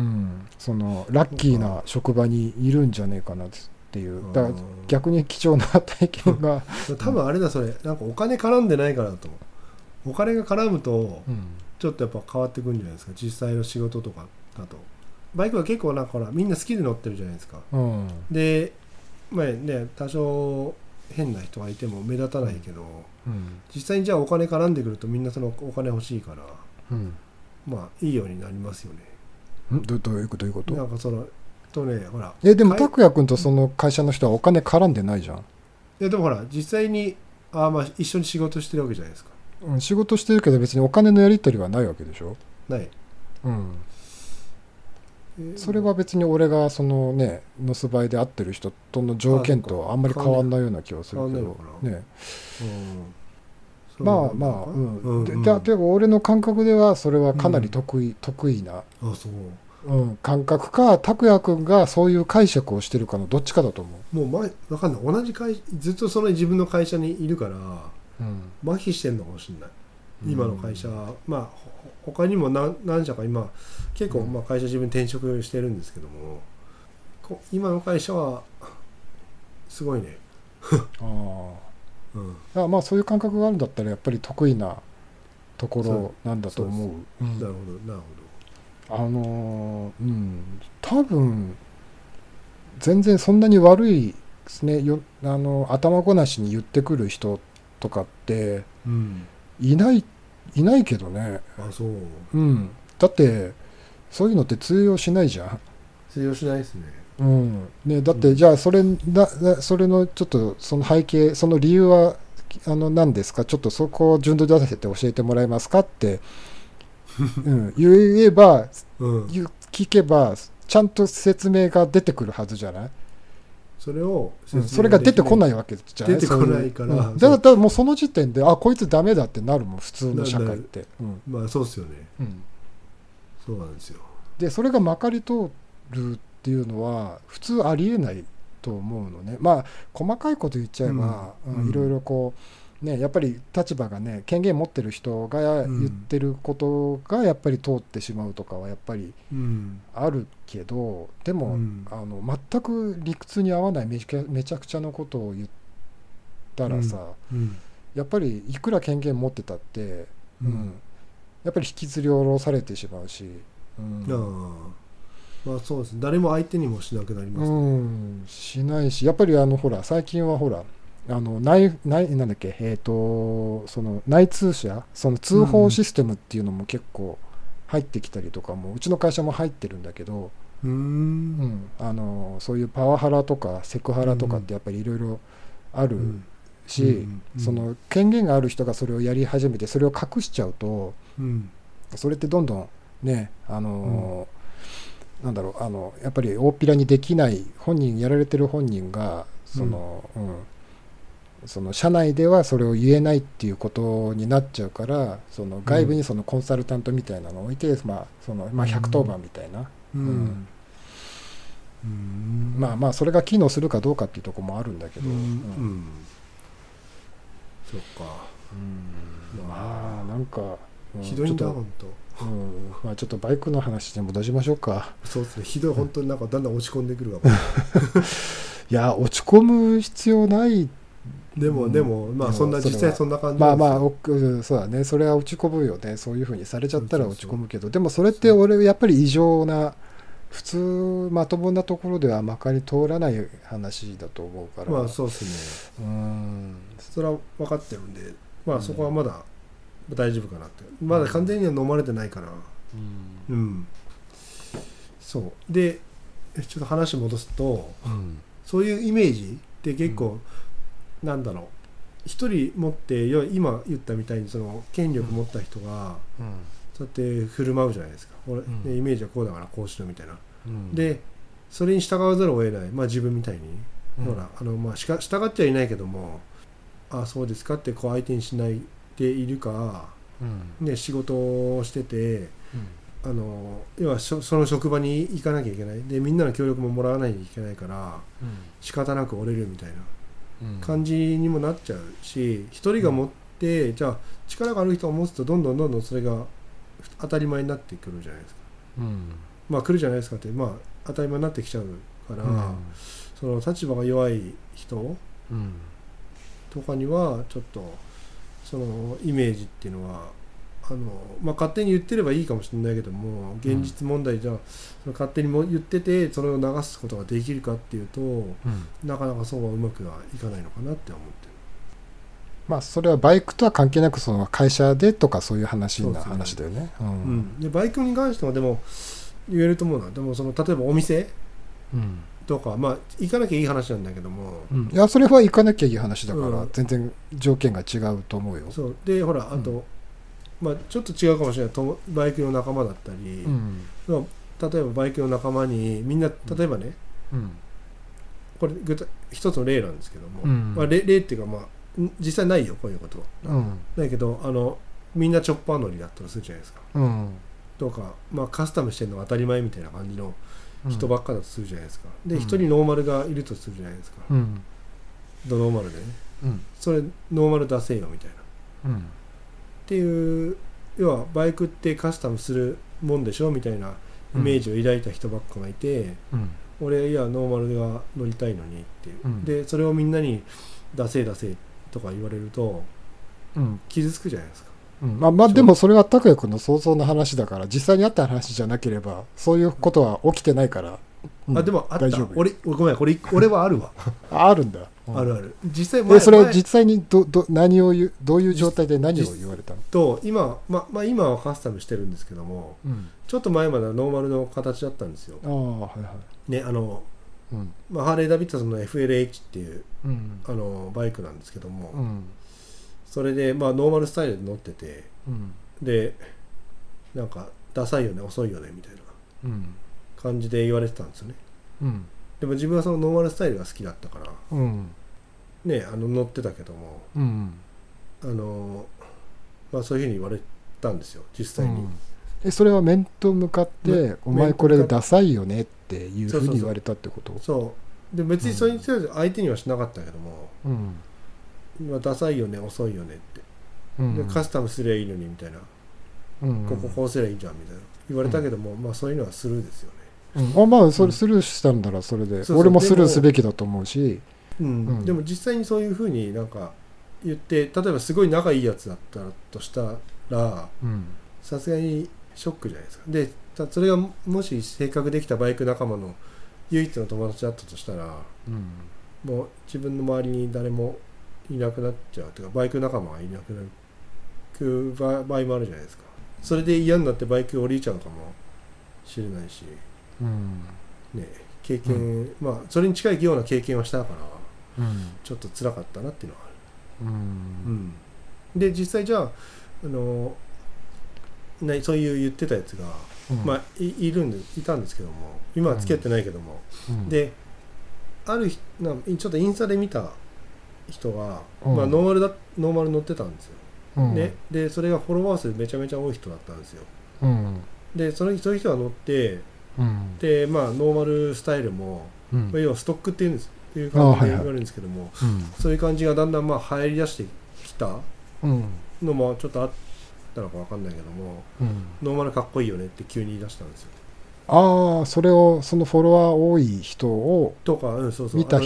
そのラッキーな職場にいるんじゃねえかなっていうだから逆に貴重な体験が多分あれだそれなんかお金絡んでないからだと思う。お金が絡むとちょっとやっぱ変わってくるんじゃないですか。実際の仕事とかだとバイクは結構なんかほらみんな好きで乗ってるじゃないですか、うん、でまあね多少変な人がいても目立たないけど、うん、実際にじゃあお金絡んでくるとみんなそのお金欲しいから、うん、まあいいようになりますよね。 ん ど, どういうことどういうことなんかそのとねほらえでも拓也君とその会社の人はお金絡んでないじゃん。いやでもほら実際にあまあ一緒に仕事してるわけじゃないですか、 うん、仕事してるけど別にお金のやり取りはないわけでしょ。 ない、うんそれは別に俺がそのねのすばいで会ってる人との条件とあんまり変わんないような気がするけどね、うん、まあまあ、うんうんうん、ででも俺の感覚ではそれはかなり得意、うん、得意な、あそう、うん、感覚か拓也君がそういう解釈をしてるかのどっちかだと思う。 もう前分かんない同じ会ずっとその自分の会社にいるから、うん、麻痺してんのかもしれない今の会社、うん、まあ他にも 何, 何社か今結構まあ会社自分転職してるんですけども、うん、今の会社はすごいねあ、うん、あまあそういう感覚があるんだったらやっぱり得意なところなんだと思う。うん、なるほどなるほど。あのー、うん多分全然そんなに悪いですねよあの頭ごなしに言ってくる人とかって、うんいないいないけどね。あそう、うん、だってそういうのって通用しないじゃん。 通用しないですね。 うんねだって、うん、じゃあそれだそれのちょっとその背景その理由はあの何ですかちょっとそこを順序立てて教えてもらえますかって、うん、言えば、うん、聞けばちゃんと説明が出てくるはずじゃない。 それを、 うん、それが出てこないわけじゃない。 出てこないから、 うん、だからもうその時点であこいつダメだってなるもん普通の社会って、 うん、まあそうですよね、うん、そうなんですよ。 でそれがまかり通るっていうのは普通ありえないと思うのね。まあ細かいこと言っちゃえば、うん、いろいろこうねやっぱり立場がね権限持ってる人が言ってることがやっぱり通ってしまうとかはやっぱりあるけど、でも、うん、あの全く理屈に合わないめちゃ、めちゃくちゃなことを言ったらさ、うんうん、やっぱりいくら権限持ってたって、うんうん、やっぱり引きずり下ろされてしまうし、うん、 あまあそうですね誰も相手にもしなくなりますね、うん、 しないしやっぱりあのほら最近はほらあの内内なんだっけえっとその内通者その通報システムっていうのも結構入ってきたりとかもうちの会社も入ってるんだけど、うーん、うん、あのそういうパワハラとかセクハラとかってやっぱりいろいろあるし、うんうんうん、その権限がある人がそれをやり始めてそれを隠しちゃうと、うん、それってどんどんねあの、うん、なんだろうあのやっぱり大っぴらにできない本人やられてる本人がその、うんうんその社内ではそれを言えないっていうことになっちゃうからその外部にそのコンサルタントみたいなのを置いて、うんまあそのまあ、ひゃくとおばんみたいな、うんうんうん、まあまあそれが機能するかどうかっていうところもあるんだけど、うんうん、 そっか、 うん、まあなんかひどいんだ本当、うんまあ、ちょっとバイクの話で戻しましょうか。 そうですねひどい本当になんかだんだん落ち込んでくるわいや落ち込む必要ないでも、うん、でもまあそんな実際そんな感じまあまあそうだね、それは落ち込むよね、そういうふうにされちゃったら落ち込むけど、そうそうそう、でもそれって俺やっぱり異常な普通まともなところではまかり通らない話だと思うから。 まあそうですね、うん、それは分かってるんで、まあそこはまだ大丈夫かなって、うん、まだ完全には飲まれてないから、うん、うん、そうでちょっと話戻すと、うん、そういうイメージって結構、うん、なんだろう、一人持って今言ったみたいにその権力持った人が、うん、そうやって振る舞うじゃないですか、俺、うん、イメージはこうだからこうしろみたいな、うん、でそれに従わざるを得ない、まあ、自分みたいに、うん、ほらあの、まあ、しか従っちゃいないけども、ああそうですかってこう相手にしないでいるか、うん、ね、仕事をしてて、うん、あの要はその職場に行かなきゃいけないで、みんなの協力ももらわないといけないから、うん、仕方なく折れるみたいな感じにもなっちゃうし、一人が持って、うん、じゃあ力がある人が持つとどんどんどんどんそれが当たり前になってくるじゃないですか、うん、まあ来るじゃないですかって、まあ当たり前になってきちゃうから、うん、その立場が弱い人とかにはちょっとそのイメージっていうのはあの、まあ、勝手に言ってればいいかもしれないけども、現実問題じゃ、うん、その勝手にも言っててそれを流すことができるかっていうと、うん、なかなかそうはうまくはいかないのかなって思ってる。 まあそれはバイクとは関係なくその会社でとかそういう話な話だよね。 うんうん、でバイクに関してはでも言えると思うな。でもその例えばお店、うんとか、まあ行かなきゃいい話なんだけども、 うん、いやそれは行かなきゃいい話だから、うん、全然条件が違うと思うよ。 そうでほらあと、うん、まあちょっと違うかもしれないとバイクの仲間だったり、うん、例えばバイクの仲間にみんな例えばね、うん、これ具体一つの例なんですけども、うんまあ、例, 例っていうかまあ実際ないよこういうこと、うん、だけどあのみんなチョッパー乗りだったらするじゃないですか、うん、とか、まあ、カスタムしてるのが当たり前みたいな感じの人ばっかだとするじゃないですか。で一、うん、人ノーマルがいるとするじゃないですか、うん、ドノーマルでね、うん、それノーマル出せよみたいな、うん、っていう要はバイクってカスタムするもんでしょみたいなイメージを抱いた人ばっかがいて、うん、俺いやノーマルが乗りたいのにっていう、うん、でそれをみんなに出せ出せとか言われると、うん、傷つくじゃないですか。 うん、まあまあでもそれは拓也君の想像の話だから実際にあった話じゃなければそういうことは起きてないから、 うん、あでもあった俺ごめんこれ俺はあるわあるんだ、 うん、あるある実際前それは実際に ど, ど何を言うどういう状態で何を言われたのと今、ままあ、今はカスタムしてるんですけども、うん、ちょっと前まではノーマルの形だったんですよ。あ、はいはいね、あの、うんまあ、ハーレー・ダビッドソンの エフエルエイチ っていう、うん、あのバイクなんですけども、うんそれでまあノーマルスタイルで乗ってて、うん、でなんかダサいよね遅いよねみたいな感じで言われてたんですよね、うん、でも自分はそのノーマルスタイルが好きだったから、うん、ねあの乗ってたけども、うん、あのまあそういうふうに言われたんですよ実際に、うん、 えそれは面と向かってお前これダサいよねっていうふうに言われたってこと？ そうそうそうそうで別にそれに相手にはしなかったけども、うんダサいよね遅いよねって、うん、でカスタムすりゃいいのにみたいな、うんうん、こここうすりゃいいじゃんみたいな言われたけども、うん、まあそういうのはスルーですよね、 うん、あまあそれスルーしたんならそれで、うん、俺もスルーすべきだと思うしうんうん、でも実際にそういうふうになんか言って例えばすごい仲いいやつだったとしたらさすがにショックじゃないですか。でそれがもし性格できたバイク仲間の唯一の友達だったとしたら、うん、もう自分の周りに誰もいなくなっちゃうというかバイク仲間がいなくなる場合もあるじゃないですか。それで嫌になってバイク降りちゃうかもしれないし、うんね、経験、うん、まあそれに近いような経験をしたから、うん、ちょっと辛かったなっていうのはある、うんうん、で実際じゃあ、あのなそういう言ってたやつが、うんまあ、い, いるんでいたんですけども今は付き合ってないけども、うん、である日なちょっとインスタで見た人が、うんまあ、ノーマルだノーマル乗ってたんですよ、うんね、でそれがフォロワー数めちゃめちゃ多い人だったんですよ、うん、でそのそういう人が乗って、うん、でまあノーマルスタイルも、うん要はストックっていうんですっていう感じで言われるんですけども、はいはいうん、そういう感じがだんだんまあ入り出してきたのもちょっとあったのか分かんないけども、うん、ノーマルかっこいいよねって急に言い出したんですよ。 ああそれをそのフォロワー多い人をとか、うん、そうそう見た人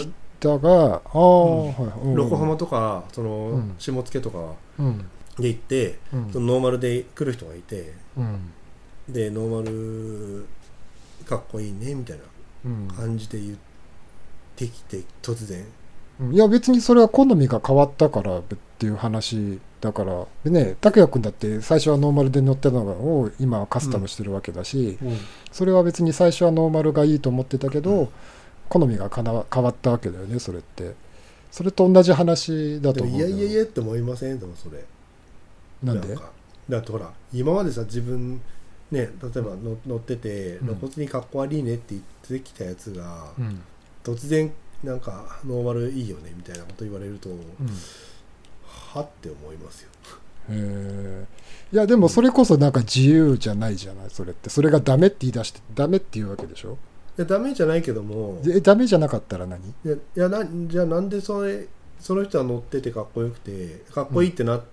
たが、ああ、うんはいうん、横浜とかその、うん、下野とかで行って、うん、そのノーマルで来る人がいて、うん、でノーマルかっこいいねみたいな感じで言ってきて突然、 うん、いや別にそれは好みが変わったからっていう話だからでね、拓也君だって最初はノーマルで乗ってたのを今はカスタムしてるわけだし、うんうん、それは別に最初はノーマルがいいと思ってたけど、うん、好みがかな変わったわけだよね。それってそれと同じ話だと思う。 いやいやいやって思いません？でもそれなんで？ なんかだってほら今までさ自分ね、例えばの乗ってて露骨にかっこ悪いねって言ってきたやつが、うん、突然なんかノーマルいいよねみたいなこと言われると、うん、はって思いますよ。 へいやでもそれこそなんか自由じゃないじゃないそれって。それがダメって言い出してダメっていうわけでしょ。 いやダメじゃないけども、 えダメじゃなかったら何？いや、いやなじゃあなんでそれその人は乗っててかっこよくてかっこいいってなって、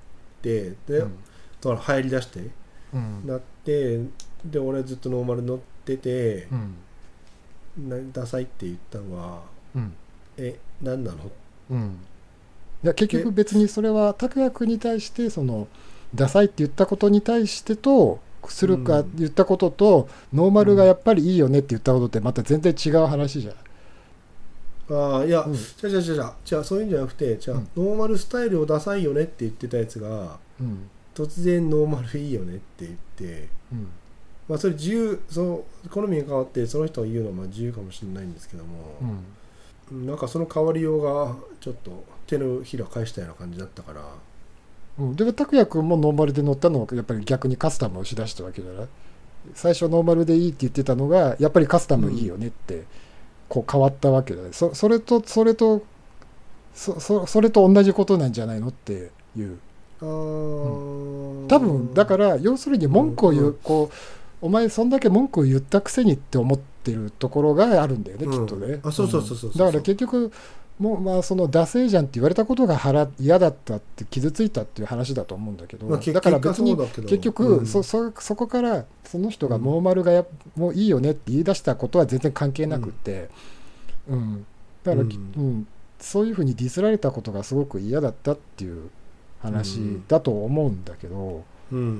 うん、で、うん、だから入り出して、うん、なってで俺はずっとノーマル乗ってて、うん、ダサいって言ったのは、うん、え何なの？ うん、いや結局別にそれは拓也君に対してそのダサいって言ったことに対してとするか言ったことと、うん、ノーマルがやっぱりいいよねって言ったことってまた全然違う話じゃん。 ああいや、うん、じゃあじゃあじゃあじゃあそういうんじゃなくてじゃあ、うん、ノーマルスタイルをダサいよねって言ってたやつが、うん、突然ノーマルいいよねって言って、うんまあ、それ自由その好みが変わってその人が言うのはまあ自由かもしれないんですけども、うん、なんかその変わりようがちょっと手のひら返したような感じだったから、 うん、でも拓也君もノーマルで乗ったのはやっぱり逆にカスタムをしだしたわけじゃない。最初ノーマルでいいって言ってたのがやっぱりカスタムいいよねってこう変わったわけだね。そ, それとそれと そ, そ, それと同じことなんじゃないのっていう。あ、うん、多分だから要するに文句を言う、うん、こうお前そんだけ文句を言ったくせにって思ってるところがあるんだよね、うん、きっとね。 あ、そうそうそうそう、うん、 だから結局もうまあそのダセーじゃんって言われたことが腹嫌だったって傷ついたっていう話だと思うんだけど、まあ、だから別に結局、うん、そ, そ, そこからその人がノーマルがやもういいよねって言い出したことは全然関係なくって、うんうん、だから、うんうん、そういうふうにディスられたことがすごく嫌だったっていう話だと思うんだけど、うんうん、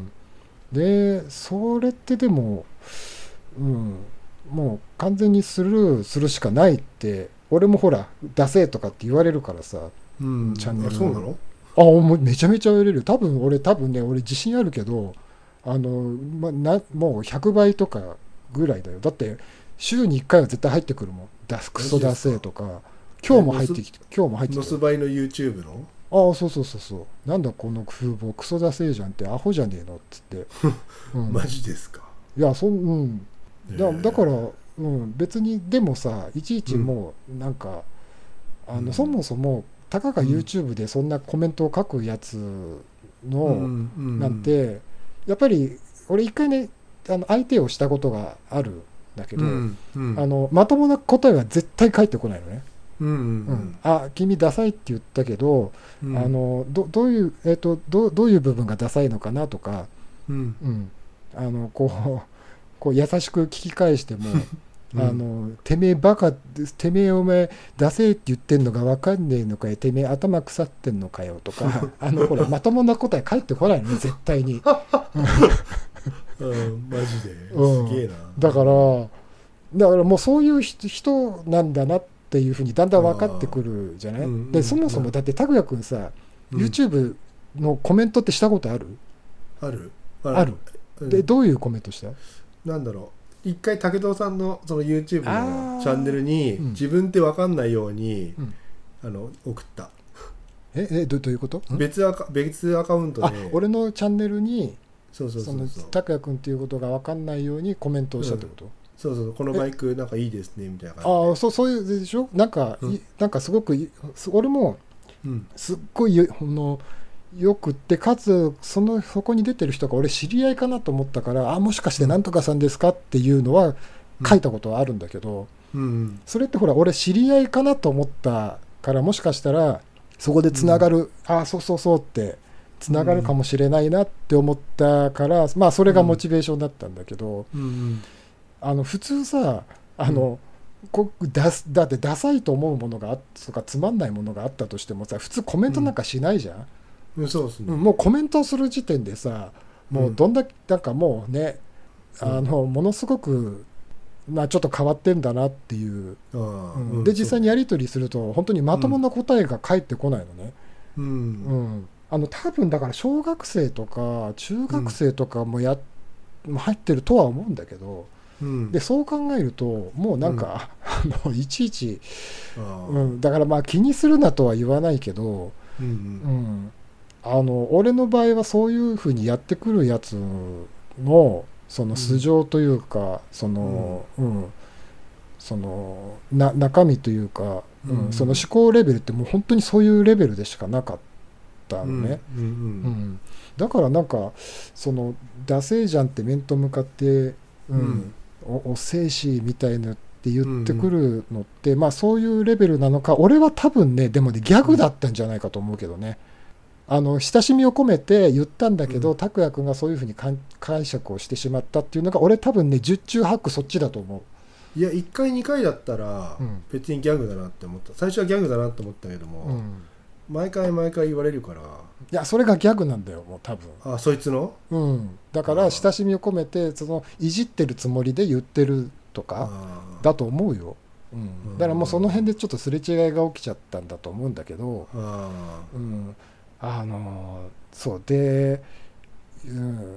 でそれってでも、うん、もう完全にスルーするしかないって俺もほらダセーとかって言われるからさ、うん、チャンネルあそうなの？ あもうめちゃめちゃ言われる。多分俺多分ね俺自信あるけどあの、ま、なもうひゃくばいとかぐらいだよ。だって週にいっかいは絶対入ってくるもん。ダクソダセーとか今日も入ってきて今日も入ってきてノスバイの YouTube のああそうそうそうそうなんだこの風貌クソダセーじゃんってアホじゃねえのっつって、 うん、マジですか？ いやそん、うん、だ, だから、うん、別にでもさいちいちもうなんか、うん、あのそもそもたかが YouTube でそんなコメントを書くやつのなんて、うんうん、やっぱり俺一回ねあの相手をしたことがあるんだけど、うんうん、あのまともな答えは絶対返ってこないのね。うんうんうん、あ君ダサいって言ったけど、うん、あの ど, どういう、えーと、ど, どういう部分がダサいのかなとか、うんうん、あのこうこう優しく聞き返しても、うん、あのてめえバカてめえお前ダセいって言ってんのが分かんねえのかよてめえ頭腐ってんのかよとかあのほらまともな答え返ってこないのね絶対に、 うん、マジで、うん、すげえな。 だからだからもうそういう人なんだなってっていうふうにだんだん分かってくるじゃない、うん、でそもそもだって拓也くんさ、うん、YouTube のコメントってしたことある？ あるある、うん、でどういうコメントした？ なんだろう一回武藤さんのその YouTube のチャンネルに自分って分かんないように、うん、あの送ったええ ど, どういうこと？ 別アカ別アカウントであ俺のチャンネルにそうそうそうそう拓也くんっていうことが分かんないようにコメントをしたってこと？うんそうそうこのバイクなんかいいですねみたいな感じでああそうそういうでしょなんか、うん、なんかすごく俺もすっごいのよくってかつそのそこに出てる人が俺知り合いかなと思ったからあもしかしてなんとかさんですかっていうのは書いたことはあるんだけど、うんうん、それってほら俺知り合いかなと思ったからもしかしたらそこでつながる、うん、ああそうそうそうってつながるかもしれないなって思ったからまあそれがモチベーションだったんだけど、うんうんうんあの普通さあの、 こだだってダサいと思うものがあとかつまんないものがあったとしてもさ普通コメントなんかしないじゃん、 うん、そうですね、 もうコメントする時点でさもうどんだけなんかもうね、うん、あのものすごくまあちょっと変わってんだなっていう、うん、で実際にやり取りすると本当にまともな答えが返ってこないのね、うんうん、あの多分だから小学生とか中学生とかもや、うん、入ってるとは思うんだけど、うん、でそう考えるともうなんか、うん、あのいちいち、うん、だからまあ気にするなとは言わないけど、うんうん、あの俺の場合はそういうふうにやってくるやつのその素性というか、うん、その、うんうん、そのな中身というか、うんうん、その思考レベルってもう本当にそういうレベルでしかなかったのね、うんうんうん、だからなんかそのダセーじゃんって面と向かって、うんうんお, おせいしみたいなって言ってくるのって、うん、まあそういうレベルなのか俺は多分ねでもねギャグだったんじゃないかと思うけどね、あの親しみを込めて言ったんだけど拓哉君がそういうふうに解釈をしてしまったっていうのが俺多分ね十中八九そっちだと思う。 いやいっかいにかいだったら別にギャグだなって思った、最初はギャグだなって思ったけども、うん、毎回毎回言われるからいやそれがギャグなんだよもう多分。 あそいつの、 うん、だから親しみを込めてそのいじってるつもりで言ってるとかだと思うよ、うん、だからもうその辺でちょっとすれ違いが起きちゃったんだと思うんだけど、あ、うん、あのそうで、うん、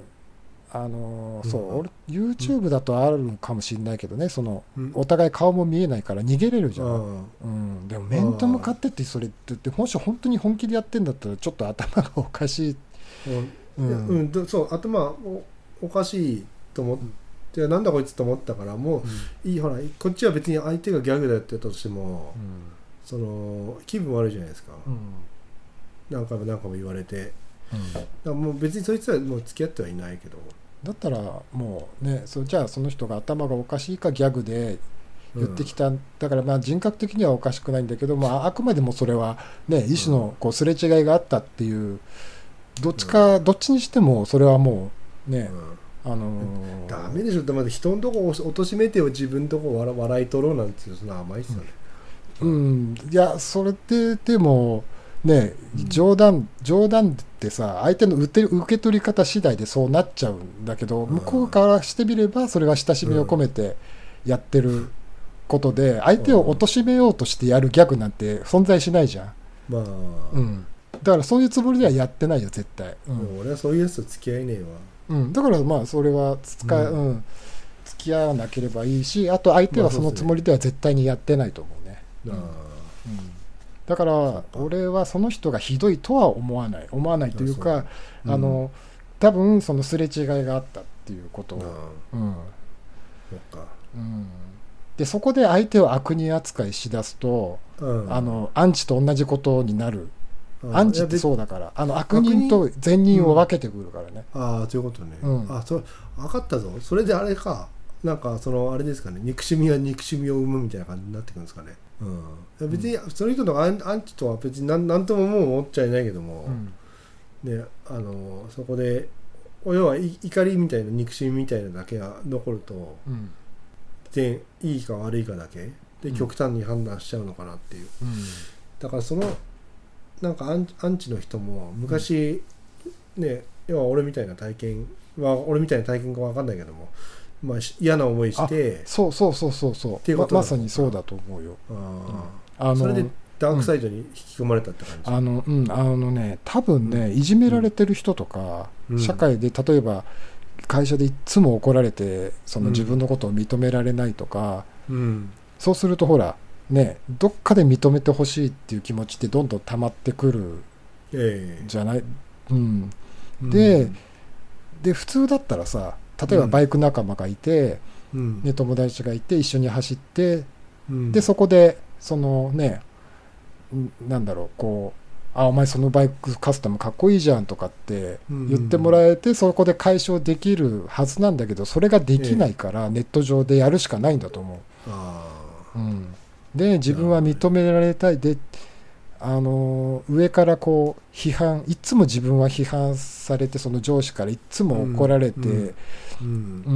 あのそう、うん、俺 YouTube だとあるかもしれないけどね、その、うん、お互い顔も見えないから逃げれるじゃん、うん、でも面と向かってってそれってもし本当に本気でやってんだったらちょっと頭がおかしい、 うんうん、そう頭お, おかしいと思って、うん、なんだこいつと思ったからもう、うん、いいほらこっちは別に相手がギャグだよって言ったとしても、うん、その気分悪いじゃないですか、うん、何回も何回も言われて、うん、だからもう別にそいつはもう付き合ってはいないけど、 だったらもうねそじゃあその人が頭がおかしいかギャグで言ってきた、うん、だからまあ人格的にはおかしくないんだけど、まあ、あくまでもそれはね一種のこうすれ違いがあったっていうどっちか、うん、どっちにしてもそれはもうね、うん、あのー、 ダメでしょ。だって人のとこを貶めてを自分のとこ笑笑い取ろうなんていうそんな甘いっすよね、 うん、うん、いやそれってでもね、冗談冗談ってさ相手の受け受け取り方次第でそうなっちゃうんだけど、向こうからしてみればそれは親しみを込めてやってることで相手を貶めようとしてやるギャグなんて存在しないじゃん、まあうん、だからそういうつもりではやってないよ絶対、 うん、俺はそういうやつと付き合えねえわ、うん、だからまあそれは使、うんうん、付き合わなければいいし、あと相手はそのつもりでは絶対にやってないと思うね、まあそうですね、うんうん、だから俺はその人がひどいとは思わない思わないというか、あの多分そのすれ違いがあったっていうことを、うんうん、でそこで相手を悪人扱いしだすと、うん、あのアンチと同じことになる、うん、アンチってそうだからあの悪人と善人を分けてくるからね、 うん、ああそういうことね、うん、あそ分かったぞ。それであれかなんかそのあれですかね、憎しみは憎しみを生むみたいな感じになってくるんですかね、うん、別にその人のアンチとは別に何何とももう思っちゃいないけども、うん、ね、あのそこで要は怒りみたいな憎しみみたいなだけが残ると、うん、でいいか悪いかだけで極端に判断しちゃうのかなっていう、うん、だからそのなんかアン、アンチの人も昔、うん、ね、要は俺みたいな体験は俺みたいな体験か分かんないけども、まあ、嫌な思いしてそうそうそうそうそうま, まさにそうだと思うよ。 あ、うん、あのそれでダークサイドに引き込まれたって感じ、 うん、あのうんあのね多分ね、うん、いじめられてる人とか、うん、社会で例えば会社でいつも怒られてその自分のことを認められないとか、うん、そうするとほらねどっかで認めてほしいっていう気持ちってどんどん溜まってくるじゃない、えーうんで、うん、で普通だったらさ例えばバイク仲間がいて、うんね、友達がいて一緒に走って、うん、でそこでそのねなんだろうこうあお前そのバイクカスタムかっこいいじゃんとかって言ってもらえて、うん、そこで解消できるはずなんだけどそれができないから、ええ、ネット上でやるしかないんだと思う。あ、うん、で自分は認められたいであの上からこう批判いつも自分は批判されてその上司からいつも怒られて、うんうんうん、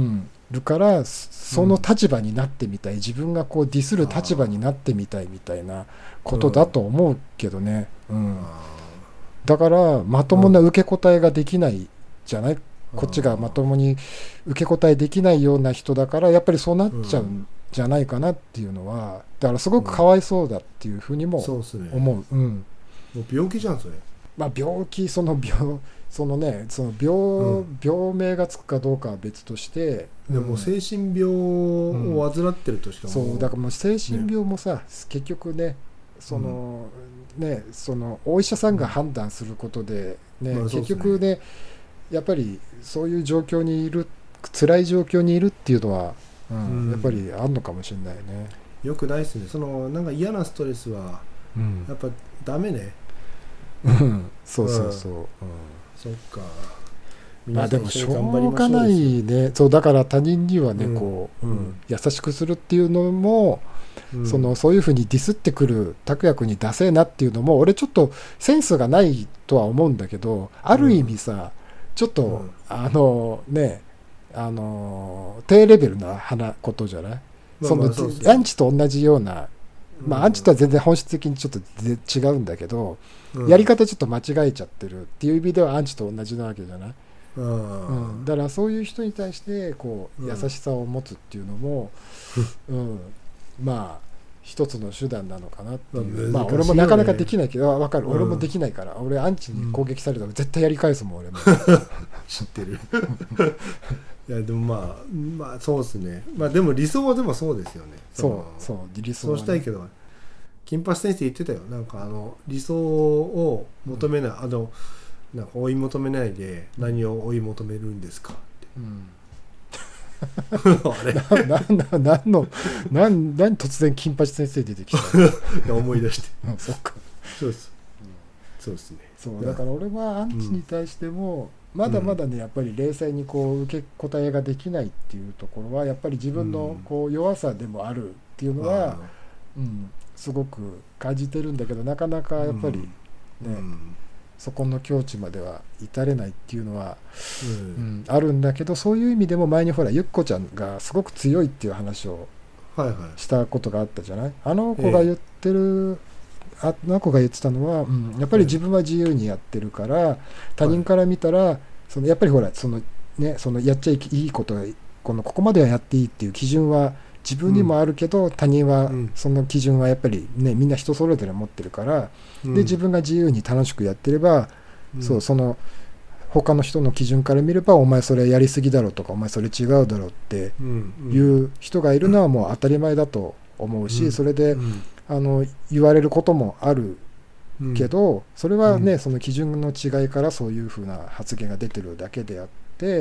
るからその立場になってみたい、自分がこうディスる立場になってみたいみたいなことだと思うけどね、うん、だからまともな受け答えができないじゃない、こっちがまともに受け答えできないような人だからやっぱりそうなっちゃうんじゃないかなっていうのは、だからすごくかわいそうだっていうふうにも思う、うんうん、 もう病気じゃんそれ。 まあ病気、その病そのねその 病,、うん、病名がつくかどうかは別として、 でも精神病を患ってるとしかも、 うん、そうだからもう精神病もさ、ね、結局ねその、うん、ねそのお医者さんが判断することでね、うん、結局ねやっぱりそういう状況にいる、辛い状況にいるっていうのは、うんうん、やっぱりあるのかもしれないね。 よくないですね。そのなんか嫌なストレスは、うん、やっぱダメね。 うん、そうそうそう、うん、 そっか。 まあでもしょうがないね。そうだから他人にはね、うん、こう、うん、優しくするっていうのも、うん、そのそういうふうにディスってくる拓也君にダセえなっていうのも俺ちょっとセンスがないとは思うんだけど、ある意味さ、うん、ちょっと、うん、あのねあの低レベルなことじゃない、まあ、その、まあそうですね、アンチと同じような、まあ、アンチとは全然本質的にちょっと違うんだけど、うん、やり方ちょっと間違えちゃってるっていう意味ではアンチと同じなわけじゃない、うんうん、だからそういう人に対してこう優しさを持つっていうのも、うんうん、まあ一つの手段なのかなっていう、まあ、まあ俺もなかなかできないけど分かる、うん、俺もできないから、俺アンチに攻撃されたら絶対やり返すもん俺も知ってるいやでもまあまあそうですね、まあでも理想はでもそうですよね。 そうそう理想は、ね、 そうしたいけど金八先生言ってたよ、なんかあの理想を求めない、うん、あのなんか追い求めないで何を追い求めるんですかって、うんあれななな何の何何突然金八先生出てきたいや思い出してあそっかそうです、うん、そうですね。 そうだから俺はアンチに対しても、うん、まだまだねやっぱり冷静にこう受け答えができないっていうところはやっぱり自分のこう弱さでもあるっていうのは、うん、すごく感じてるんだけどなかなかやっぱりね、うんうんそこの境地までは至れないっていうのは、うんうん、あるんだけど、そういう意味でも前にほらゆっこちゃんがすごく強いっていう話をしたことがあったじゃない、はいはい、あの子が言ってる、えー、あの子が言ってたのは、うん、やっぱり自分は自由にやってるから、はい、他人から見たらそのやっぱりほらその、ね、そのやっちゃいいことがこのここまではやっていいっていう基準は自分にもあるけど、うん、他人はその基準はやっぱりねみんな人それぞれ持ってるから、うん、で自分が自由に楽しくやってれば、うん、そうその他の人の基準から見ればお前それやりすぎだろとかお前それ違うだろっていう人がいるのはもう当たり前だと思うし、うん、それで、うん、あの言われることもあるけど、うん、それはね、うん、その基準の違いからそういうふうな発言が出てるだけであって、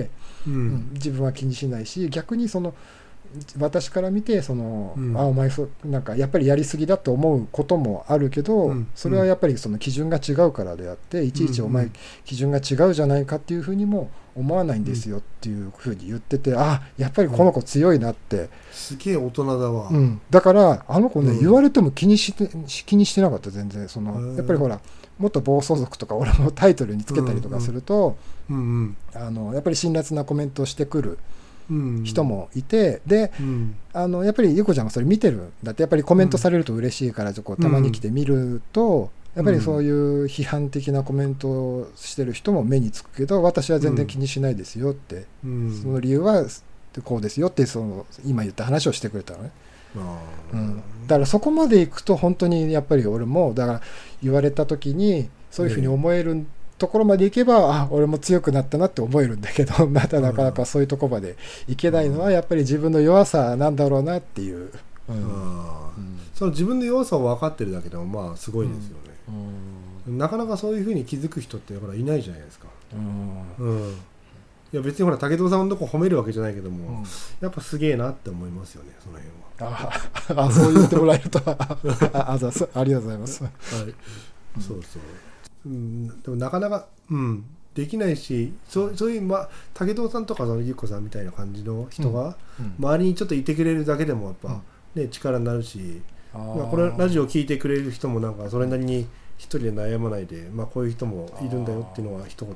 うんうん、自分は気にしないし逆にその私から見てその、うん、あお前そなんかやっぱりやりすぎだと思うこともあるけど、うん、それはやっぱりその基準が違うからであっていちいちお前基準が違うじゃないかっていうふうにも思わないんですよっていうふうに言ってて、あやっぱりこの子強いなって、うん、 すげえ大人だわ、 うん、だからあの子ね、うん、言われても気にして気にしてなかった全然そのやっぱりほら元暴走族とか俺もタイトルにつけたりとかすると、うんうん、あのやっぱり辛辣なコメントをしてくる人もいて、うん、で、うん、あのやっぱりゆこちゃんがそれ見てるんだってやっぱりコメントされると嬉しいからこうたまに来て見ると、うん、やっぱりそういう批判的なコメントをしてる人も目につくけど私は全然気にしないですよって、うん、その理由はこうですよってその今言った話をしてくれたのね、うん、だからそこまでいくと本当にやっぱり俺もだから言われた時にそういうふうに思えるんところまでいけばあ俺も強くなったなって思えるんだけどまたなかなかそういうところまでいけないのはやっぱり自分の弱さなんだろうなっていう、うんうん、 その自分の弱さを分かってるだけでもまあすごいですよね、うん、なかなかそういうふうに気づく人ってほらいないじゃないですか、うんうん、いや別にほら武藤さんのとこ褒めるわけじゃないけども、うん、やっぱすげえなって思いますよねその辺は。 ああそう言ってもらえるとああありがとうございます、はい、 そうそううん、でもなかなか、うん、できないし そ, そういう、ま、武藤さんとかそのゆっこさんみたいな感じの人が、うんうん、周りにちょっといてくれるだけでもやっぱ、うんね、力になるし、まあ、これラジオを聞いてくれる人もなんかそれなりに一人で悩まないで、まあ、こういう人もいるんだよっていうのは一言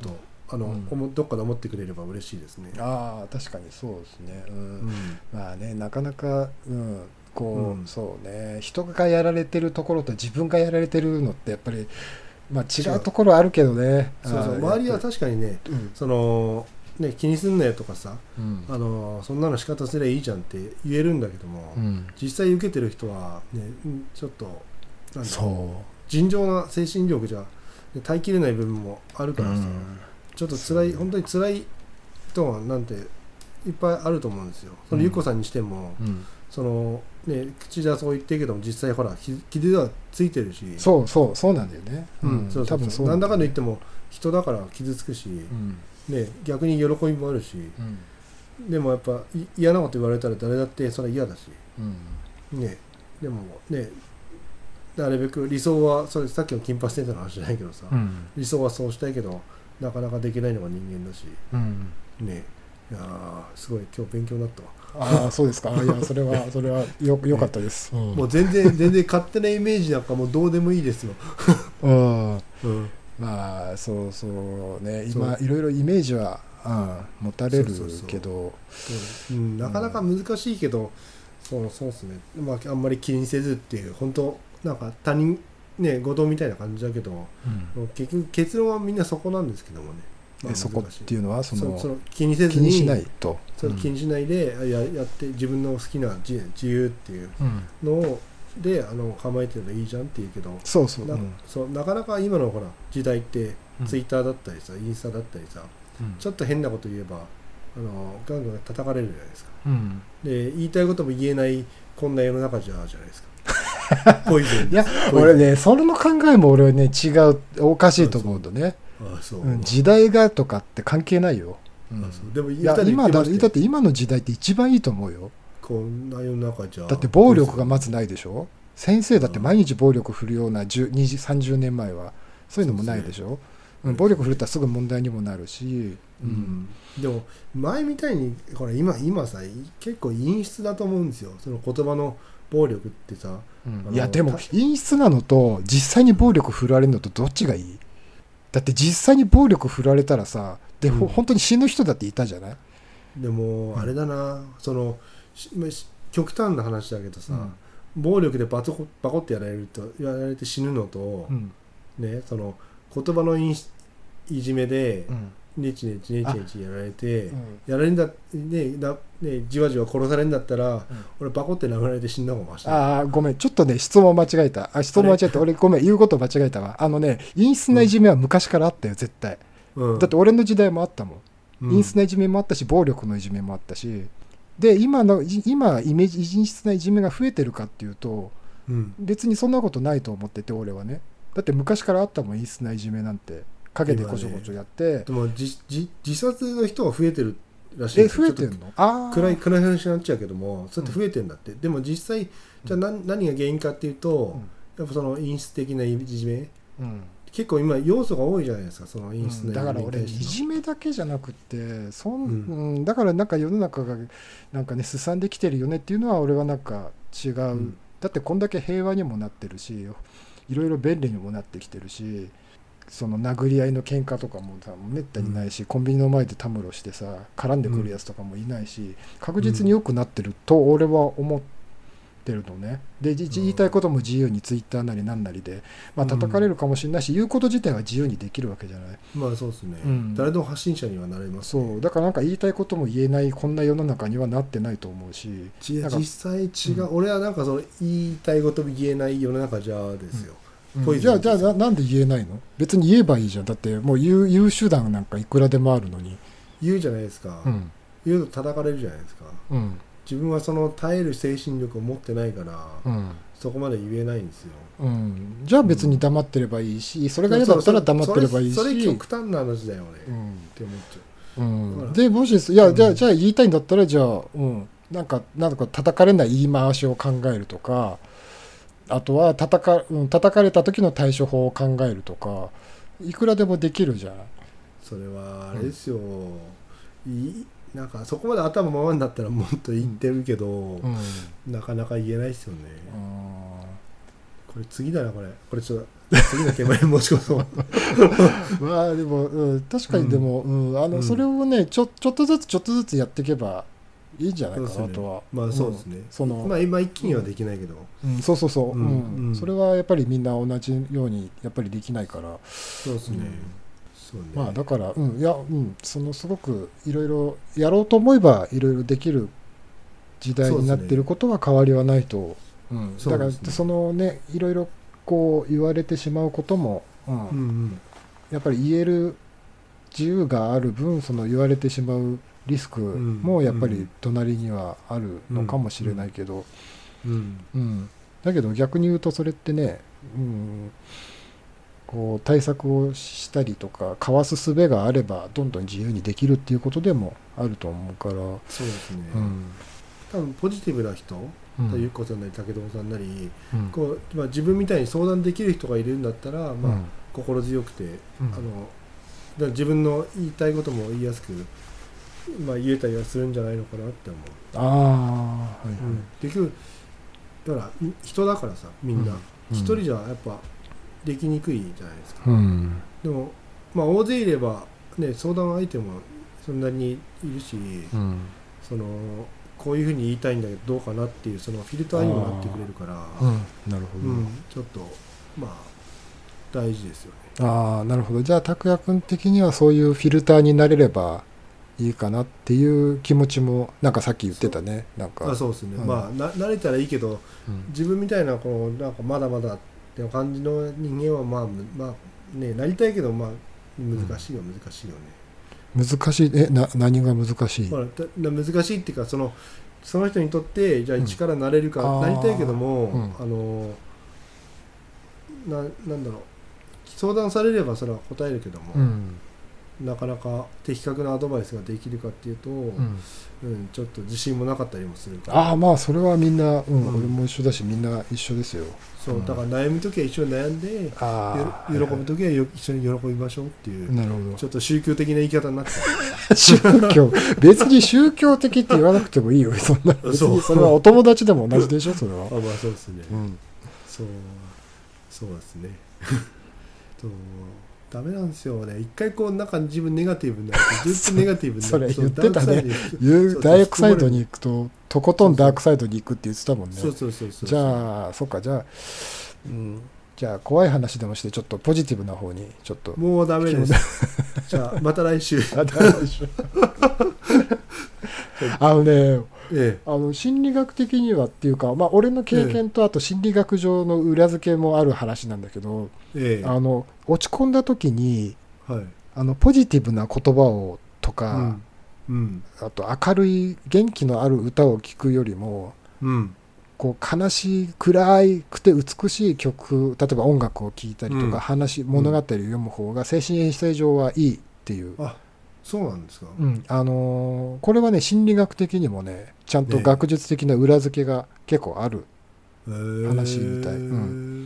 あの、うん、どっかで思ってくれれば嬉しいですね。 ああ確かにそうですね、うんうん、まあねなかなか、うん、こう、うん、そうね人がやられてるところと自分がやられてるのってやっぱりまあ違うところあるけどね。 そうそう周りは確かにね、うん、そのね気にすんなよとかさ、うん、あのそんなの仕方すればいいじゃんって言えるんだけども、うん、実際受けてる人はねちょっとなんだろう尋常な精神力じゃ耐えきれない部分もあるからさ、うん、ちょっと辛い本当に辛い人はなんていっぱいあると思うんですよ。そのゆっこさんにしても、うん、そのね口ではそう言ってるけども実際ほら傷ではついてるし、 そうそうそうなんだよね。 うん、そうそうそう多分そうなんだかんだ言っても人だから傷つくし、うんね、逆に喜びもあるし、うん、でもやっぱ嫌なこと言われたら誰だってそれは嫌だし、うんね、でもねなるべく理想はそれさっきの金髪センターの話じゃないけどさ、うん、理想はそうしたいけどなかなかできないのが人間だし、うん、ねいやすごい今日勉強になったわ。 ああそうですか。いやそれはそれはよよかったです、ねうん、もう全然全然勝手なイメージなんかもうどうでもいいですよ。うん、 うん、まあそうそうね今いろいろイメージは、うん、持たれるけどなかなか難しいけど、そうそうですね、まあ、あんまり気にせずっていう本当なんか他人ね後藤みたいな感じだけど、うん、結局結論はみんなそこなんですけどもね。 まあ、そこっていうのはそのその気にせずに気にしないと、 その気にしないで や, やって自分の好きな 自, 自由っていうのを、うん、であの構えてればいいじゃんっていうけど、 そうそうな, うん、 そうなかなか今のほら時代ってツイッターだったりさ、うん、インスタだったりさ、うん、ちょっと変なこと言えばあのガンガン叩かれるじゃないですか、うん、で言いたいことも言えないこんな世の中じゃじゃないですか。ポイズンいや俺ねそれの考えも俺はね違うおかしいと思うとね。ああそう、うん、時代がとかって関係ないよ、うん、あそうでもいや今 だ, だって今の時代って一番いいと思うよ。 こんな世の中じゃだって暴力がまずないでしょ。先生だって毎日暴力振るようなにじゅう、さんじゅうねんまえはそういうのもないでしょ。うん、暴力振るったらすぐ問題にもなるし、 うん、でも前みたいにほら 今, 今さ結構陰湿だと思うんですよその言葉の暴力ってさ、 うん、いやでも陰湿なのと実際に暴力振られるのとどっちがいい？だって実際に暴力振られたらさで、うん、本当に死ぬ人だっていたじゃない。 でもあれだな、うん、その極端な話だけどさ、うん、暴力でバコバコってやられるとやられて死ぬのと、うん、ねその言葉のいじめで、うんネチネチネチネチやられて、うん、やられんだ、ねだね、じわじわ殺されるんだったら、うん、俺バコって殴られて死んだ方がまし。 ああごめんちょっとね質問間違えた。あ質問間違えた俺ごめん言うこと間違えたわ。あのね陰湿ないじめは昔からあったよ絶対、うん、だって俺の時代もあったもん、うん、陰湿ないじめもあったし暴力のいじめもあったしで今の今イメージ陰湿ないじめが増えてるかっていうと、うん、別にそんなことないと思ってて俺はね。だって昔からあったもん陰湿ないじめなんて陰でこちょこちょやって、ね、 でもじじ自殺の人が増えてるらしい。 え増えてるの？あ暗い暗い話になっちゃうけどもそうやって増えてるんだって、うん、でも実際じゃあ 何, 何が原因かっていうと、うん、やっぱその陰湿的ないじめ、うん、結構今要素が多いじゃないですかその陰湿な、うん、 だから俺いじめだけじゃなくてそん、うんうん、だからなんか世の中がなんかねすさんできてるよねっていうのは俺はなんか違う、うん、だってこんだけ平和にもなってるしいろいろ便利にもなってきてるしその殴り合いの喧嘩とかもさめったにないし、うん、コンビニの前でたむろしてさ絡んでくるやつとかもいないし、うん、確実に良くなってると俺は思ってるのね。で、うん、言いたいことも自由にツイッターなりなんなりで、まあ叩かれるかもしれないし、うん、言うこと自体は自由にできるわけじゃない。 まあそうですね、うん、誰でも発信者にはなれます、 ね、そうだからなんか言いたいことも言えないこんな世の中にはなってないと思うし実際違う、うん、俺はなんかその言いたいことも言えない世の中じゃですよ、うんうん、じゃあじゃあなんで言えないの？別に言えばいいじゃん。だってもう言う、言う手段なんかいくらでもあるのに言うじゃないですか、うん、言うと叩かれるじゃないですか、うん、自分はその耐える精神力を持ってないから、うん、そこまで言えないんですよ、うん、 じゃあ別に黙ってればいいし、うん、それが嫌だったら黙ってればいいしそれ、それ極端な話だよね、うん、って思っちゃう、 うん、でもしいや、うん、じゃあじゃあ言いたいんだったらじゃあ、うん、なんかなんか叩かれない言い回しを考えるとかあとは叩か、うん、叩かれた時の対処法を考えるとかいくらでもできるじゃん。 それはあれですよ、うん、いなんかそこまで頭回るんだったらもっと言ってるけど、うん、なかなか言えないですよね、うん、これ次だなこれこれちょっと次の現場に持ち込もうまあでも、うん、確かにでも、うんうん、あのそれをねちょ、ちょっとずつちょっとずつやっていけばいいんじゃないかなとは、ね、 まあそうですね、 うん、そのまあ今一気にはできないけど、 うんうん、そうそうそう、うんうん、それはやっぱりみんな同じようにやっぱりできないから、 そうですね、うん、そうね、 まあだから、うん、いや、うん、そのすごくいろいろやろうと思えばいろいろできる時代になっていることは変わりはないと、うん、だからそのねいろいろこう言われてしまうことも、うんうんうん、やっぱり言える自由がある分その言われてしまうリスクもやっぱり隣にはあるのかもしれないけど、うんうん、だけど逆に言うとそれってね、うん、こう対策をしたりとかかわす術があればどんどん自由にできるっていうことでもあると思うから。 そうですね、うん、多分ポジティブな人ということなり武藤さんなり、うん、こうまあ、自分みたいに相談できる人がいるんだったら、まあ、心強くて、うん、あのだから自分の言いたいことも言いやすく、まあ、言えたりはするんじゃないのかなって思う。 あ、はいはい、うん、 結局だから人だからさみんな、うん、一人じゃやっぱできにくいじゃないですか、うん、でも、まあ、大勢いれば、ね、相談相手もそんなにいるし、うん、そのこういうふうに言いたいんだけどどうかなっていうそのフィルターにもなってくれるから、 うん、なるほど、 うん、ちょっとまあ大事ですよね。 ああ、なるほど。じゃあ拓也君的にはそういうフィルターになれればいいかなっていう気持ちもなんかさっき言ってたね。なんかあそうですね、うん、まあな慣れたらいいけど、うん、自分みたいなこのなんかまだまだっていう感じの人間はまあまあねなりたいけどまあ難しいよ、うん、難しいよね。 難しいえな何が難しい、 まあ、難しいっていうかそのその人にとってじゃあ一からなれるか、うん、なりたいけども、うん、あのななんだろう相談されればそれは答えるけども、うん、なかなか的確なアドバイスができるかっていうと、うんうん、ちょっと自信もなかったりもするから。 ああまあそれはみんな、うんうん、俺も一緒だしみんな一緒ですよ。 そうだから悩むときは一緒に悩んで、喜ぶときは一緒に喜びましょうっていう、なるほどちょっと宗教的な言い方になって宗教別に宗教的って言わなくてもいいよそんな別にそれはお友達でも同じでしょそれは。 あまあそうですね、うん、そうそうですねとダメなんですよね。一回こう中に自分ネガティブになってずっとネガティブになってそれ言ってたね。ダークサイドに行くととことんダークサイドに行くって言ってたもんね。 そうそうそうそう。 じゃあそっかじゃあ、うん、じゃあ怖い話でもしてちょっとポジティブな方にちょっと。 もうダメです。じゃあまた来週。また来週。 あのね。 ええ、 あの心理学的にはっていうか、まあ、俺の経験とあと心理学上の裏付けもある話なんだけど、ええ、あの落ち込んだ時に、はい、あのポジティブな言葉をとか、うんうん、あと明るい元気のある歌を聴くよりも、うん、こう悲しい暗いくて美しい曲例えば音楽を聴いたりとか、うん、話物語を読む方が精神衛生上はいいっていう。 あそうなんですか、 うんあのー、これはね心理学的にもねちゃんと学術的な裏付けが結構ある話みたい、えーうん、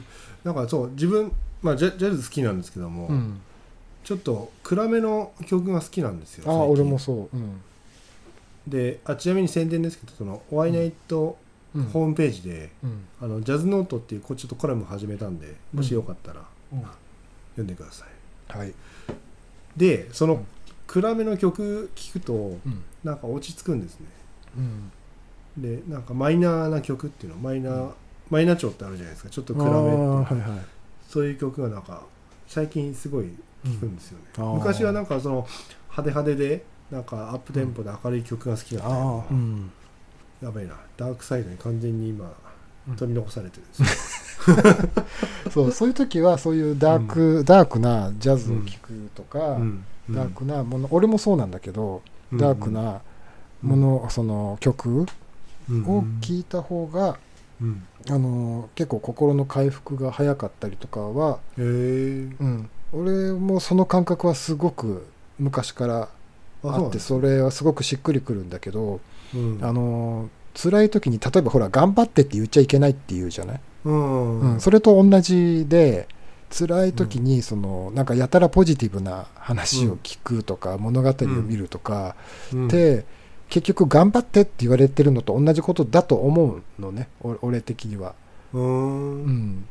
なんかそう自分、まあ、ジャ, ジャズ好きなんですけども、うん、ちょっと暗めの曲が好きなんですよ。 ああ俺もそう、うん、 であちなみに宣伝ですけどそのワイナイトホームページで、うん、あのジャズノートっていうこちょっとコラム始めたんでもしよかったら、うん、読んでください、はい、でその、うん暗めの曲聴くと、うん、なんか落ち着くんですね、うん、でなんかマイナーな曲っていうのマイナー、うん、マイナー調ってあるじゃないですかちょっと暗めっていう、はいはい、そういう曲がなんか最近すごい聴くんですよね、うん、昔はなんかその派手派手でなんかアップテンポで明るい曲が好きだったよ、うん、やばいなダークサイドに完全に今取り残されてるんですよ、 うん、そうそういう時はそういうダーク、うん、ダークなジャズを聴くとか、うんダークなもの、うん、俺もそうなんだけど、うん、ダークなもの、うん、その曲を聴いた方が、うん、あの結構心の回復が早かったりとかは、へー、うん、俺もその感覚はすごく昔からあってそれはすごくしっくりくるんだけど、うん、あの辛い時に例えばほら頑張ってって言っちゃいけないって言うじゃない、うんうん、それと同じで辛い時にそのなんかやたらポジティブな話を聞くとか物語を見るとかって結局頑張ってって言われてるのと同じことだと思うのね俺的には。うーん、うん、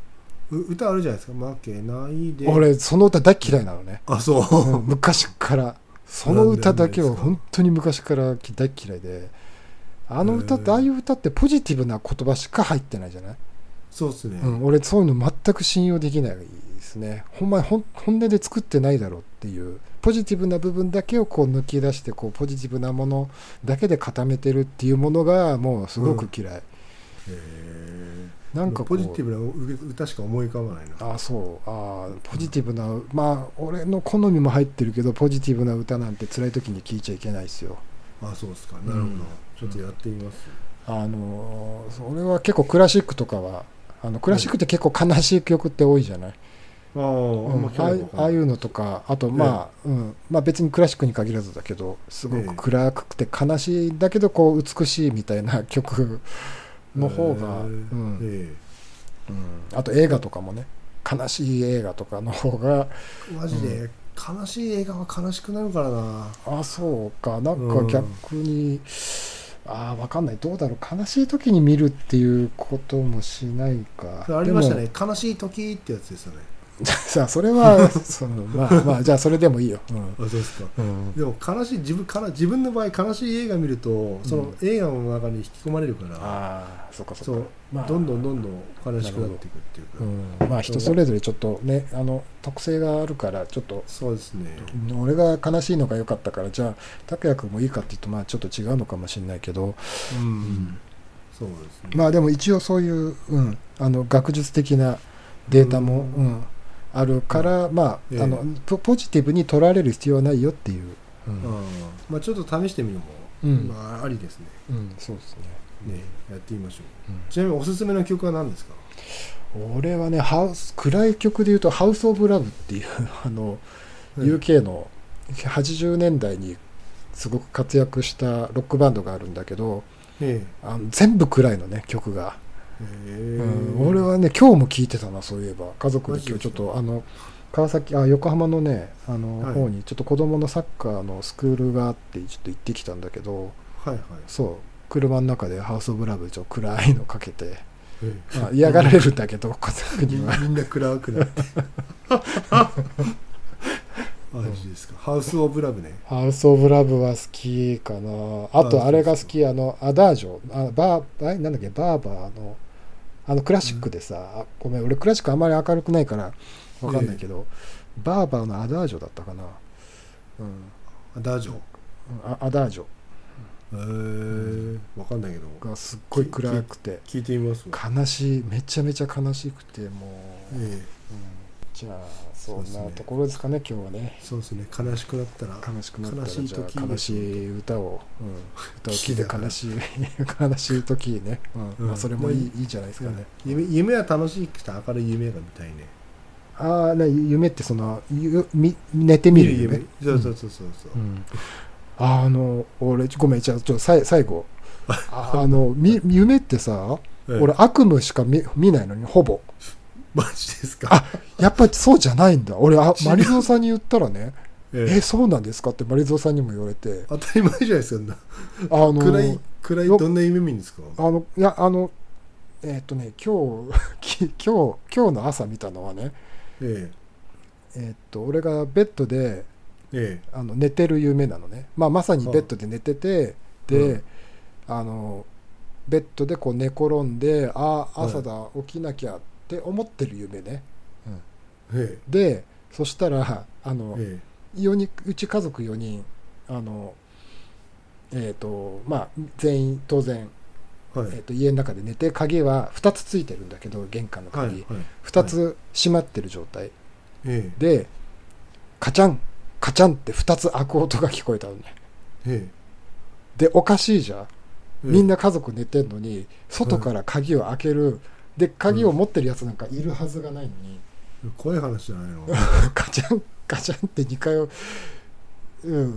歌あるじゃないですか、負けないで。 俺その歌大嫌いなのね。 あ、そう、 うん、昔からその歌だけは本当に昔から大嫌いで、あの歌ってああいう歌ってポジティブな言葉しか入ってないじゃない。 そうですね、 うん、俺そういうの全く信用できないですね。ほんまに本音で作ってないだろうっていうポジティブな部分だけをこう抜き出してこうポジティブなものだけで固めてるっていうものがもうすごく嫌い、うん、へなんかポジティブな歌しか思い浮かばないな。 あそうあポジティブな、まあ俺の好みも入ってるけどポジティブな歌なんて辛い時に聴いちゃいけないですよ。 あそうですか、なるほど、うん、ちょっとやってみます、 うん、あの俺は結構クラシックとかはあのクラシックって結構悲しい曲って多いじゃない、 あ, うん、あ, ああいうのとかあとまあ、ええうんまあ、別にクラシックに限らずだけどすごく暗くて悲しいんだけどこう美しいみたいな曲の方が、えうんえうん、あと映画とかもね悲しい映画とかの方がマジで、うん、悲しい映画は悲しくなるからな。 あそうかなんか逆に、うんあ分かんないどうだろう悲しい時に見るっていうこともしないか。 ありましたね悲しい時ってやつですよね。 さあそれはそのまあまあじゃあそれでもいいよ、うん、 あそうですか、うん、でも悲しい自分から自分の場合悲しい映画見るとその映画の中に引き込まれるから、うん、ああそうかそうかそう、まあ、どんどんどんどん悲しくなっていくっていうか、 うん、まあ人それぞれちょっとねあの特性があるからちょっとそうですね俺が悲しいのが良かったからじゃあ拓也君もいいかっていうとまあちょっと違うのかもしれないけど、うんうん、 そうですねまあでも一応そういう、うん、あの学術的なデータも、うんうんあるから、うん、まあ、えー、あのポジティブに取られる必要はないよっていう、うんあまあ、ちょっと試してみるのも、うんまあ、ありですね、 うん、そうですね、 ねやってみましょう、うん、ちなみにおすすめの曲は何ですか？ 俺はねハウス暗い曲でいうとハウス・オブ・ラブっていうあの、うん、ユーケー のはちじゅうねんだいにすごく活躍したロックバンドがあるんだけど、えー、あの全部暗いのね曲がうん、俺はね今日も聞いてたなそういえば家族で今日ちょっとあの川崎あ横浜のねあの、はい、方にちょっと子供のサッカーのスクールがあってちょっと行ってきたんだけど、はいはい、そう車の中でハウス・オブ・ラブちょっと暗いのかけて、ええまあ、嫌がられるんだけど家族にはみんな暗くなってマジですか。ハウス・オブ・ラブね。 ハウス・オブ・ラブは好きかな。あとあれが好きあのアダージョあバーなんだっけバーバーのあのクラシックでさ、うん、ごめん俺クラシックあんまり明るくないから分かんないけど、えー、バーバーのアダージョだったかな、 うん、アダージョ、 あアダージョへえー、分かんないけどがすっごい暗くて聞いてみます悲しいめちゃめちゃ悲しくてもう、えーうん、じゃあそんなところですかね今日はね。 そうですね悲しくなったら悲しくなったら悲しい時悲しい歌を、うん、歌を聴いて悲しい悲しい時ね、うんうんまあ、それもいい、いいじゃないですかね、 うん、夢, 夢は楽しくて明るい夢が見たいね。 ああ夢ってそのゆみ寝てみる夢、夢そうそうそうそうそう、うん、 あの俺ごめんじゃあちょ最後あのみ夢ってさ、ええ、俺悪夢しか 見, 見ないのにほぼマジですか。 あやっぱりそうじゃないんだ。俺あマリゾーさんに言ったらねええそうなんですかってマリゾーさんにも言われて当たり前じゃないですか。あの暗い暗いどんな夢見るんですか。 あのいやあのえー、っとね今日今日今日の朝見たのはねえええー、っと俺がベッドで、ええ、あの寝てる夢なのね、まあ、まさにベッドで寝ててで、うん、あのベッドでこう寝転んであ朝だ、はい、起きなきゃって思ってる夢ね、うんええ、でそしたらあの、ええ、よにんうち家族よにんあの、えーとまあ、全員当然、はいえー、と家の中で寝て鍵はふたつついてるんだけど玄関の鍵、はいはい、ふたつ閉まってる状態、はい、でカチャンカチャンってふたつ開く音が聞こえたのね、ええ、でおかしいじゃん、みんな家族寝てんのに外から鍵を開ける、で鍵を持ってるやつなんかいるはずがないのに、 うん、怖い話じゃないのカチャンカチャンってにかい、うん、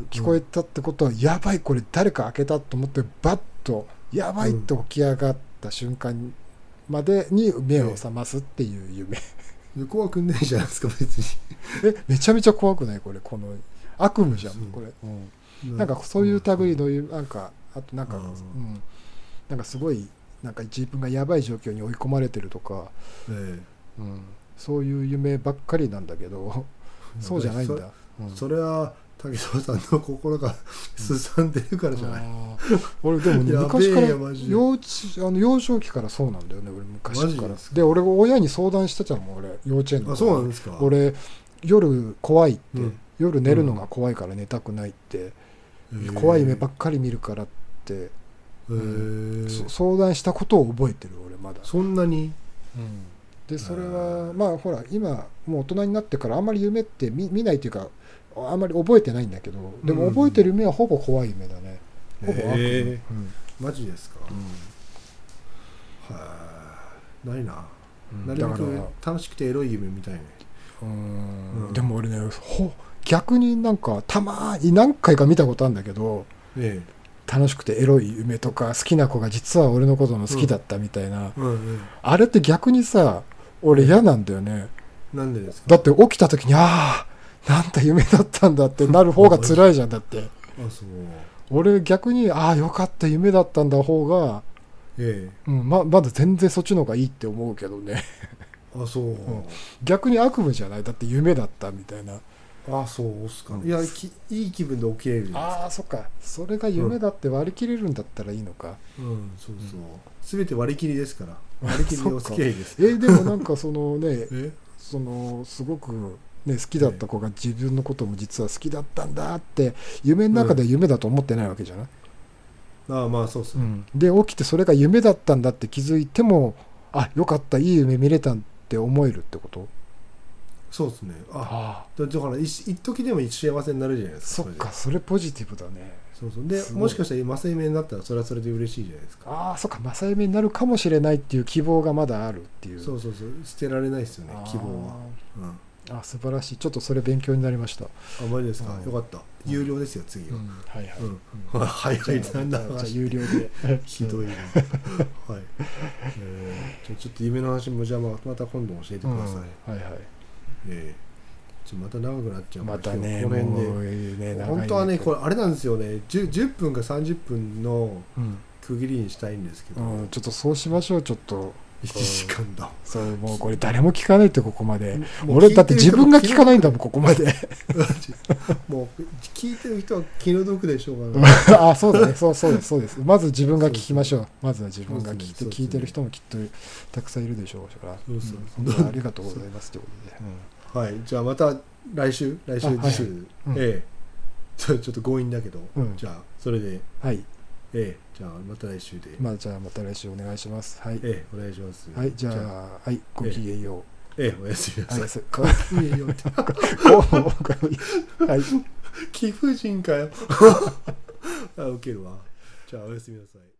聞こえたってことは、うん、やばいこれ誰か開けたと思ってバッとやばいと起き上がった瞬間までに目を覚ますっていう夢、 うん、怖くないじゃないですか別にえめちゃめちゃ怖くないこれこの悪夢じゃんこれ、うん、なんかそういう類のなんかあとなんか、うん、なんかすごいなんか自分がやばい状況に追い込まれてるとか、ええうん、 そういう夢ばっかりなんだけどそうじゃないんだ。 そ, うん、それは竹澤さんの心がすさんでるからじゃない、うん、 俺でも、ね、昔から幼稚あの幼少期からそうなんだよね俺昔から。で俺親に相談したじゃんもう俺幼稚園の。 あそうなんですか。 俺夜怖いって、うん、夜寝るのが怖いから寝たくないって、うん、怖い夢ばっかり見るからって、うん、相談したことを覚えてる俺まだ。 そんなに、 うん、でそれはまあほら今もう大人になってからあんまり夢って 見, 見ないというかあんまり覚えてないんだけど、でも覚えてる夢はほぼ怖い夢だね、うん、ほぼ悪夢、うん、 マジですか、うん、はあないな、うん、なるべく楽しくてエロい夢みたいね。 うーん、うん、でも俺ねほ逆になんかたまに何回か見たことあるんだけど、ええ、楽しくてエロい夢とか好きな子が実は俺のことの好きだったみたいな、うんうんうん、あれって逆にさ俺嫌なんだよね。 なんでですか。 だって起きた時にああなんだ夢だったんだってなる方が辛いじゃんだって。 あそう俺逆にああよかった夢だったんだ方が、ええうん、ま, まだ全然そっちの方がいいって思うけどね。 あそう、うん、 逆に悪夢じゃないだって夢だったみたいな。 あそうっすか、ね、いやきいい気分で起きれるじゃないですか。 あそっかそれが夢だって割り切れるんだったらいいのか。 うん、うん、そうそう、すべて割り切りですから割り切りでお付き合いです。 えでもなんかそのねそのすごくね、好きだった子が自分のことも実は好きだったんだって夢の中では夢だと思ってないわけじゃない、 うん、ああまあそうっすね、うん、 で起きてそれが夢だったんだって気づいてもあよかったいい夢見れたって思えるってこと。 そうですね。ああだから一時でも幸せになるじゃないですか。そっかそれポジティブだね。 そうそうでもしかしたら正夢になったらそれはそれで嬉しいじゃないですか。 ああそっか正夢になるかもしれないっていう希望がまだあるっていう。 そうそうそう捨てられないですよね希望は、 うんあ素晴らしいちょっとそれ勉強になりました。 あマジですか、うん、よかった有料ですよ次は、うん、 はいはい、 うん、はいはいなんだじゃあ有料でひどいなはい、えー、じゃあちょっと夢の話もじゃあまた今度教えてください、うん、はいはいえー、ちょっとまた長くなっちゃうまたねこの辺でもうね長い本当はねこれあれなんですよね 10, じゅっぷんかさんじゅっぷんの区切りにしたいんですけど、 うん、ちょっとそうしましょうちょっといちじかんだそうもうこれ誰も聞かないってここまで俺だって自分が聞かないんだもんここまでもう聞いてる人は気の毒でしょうがないあそうだねそうそうですそうですまず自分が聞きましょうまずは自分が聞いて、ね、聞いてる人もきっとたくさんいるでしょうからそうそう、うん、ありがとうございますということで、 うん、はいじゃあまた来週来週次週、はいはいうん、ええちょっと強引だけど、うん、じゃあそれではいええ、じゃあまた来週で。 まあじゃあまた来週お願いします。はい。 ええ、お願いします。 はい、じゃあ、じゃあはい、ごきげんよう。 ええ、ええおやすみなさい。 ごきげんようって。はい。 貴婦人かよ。あ、受けるわ。じゃあおやすみなさい。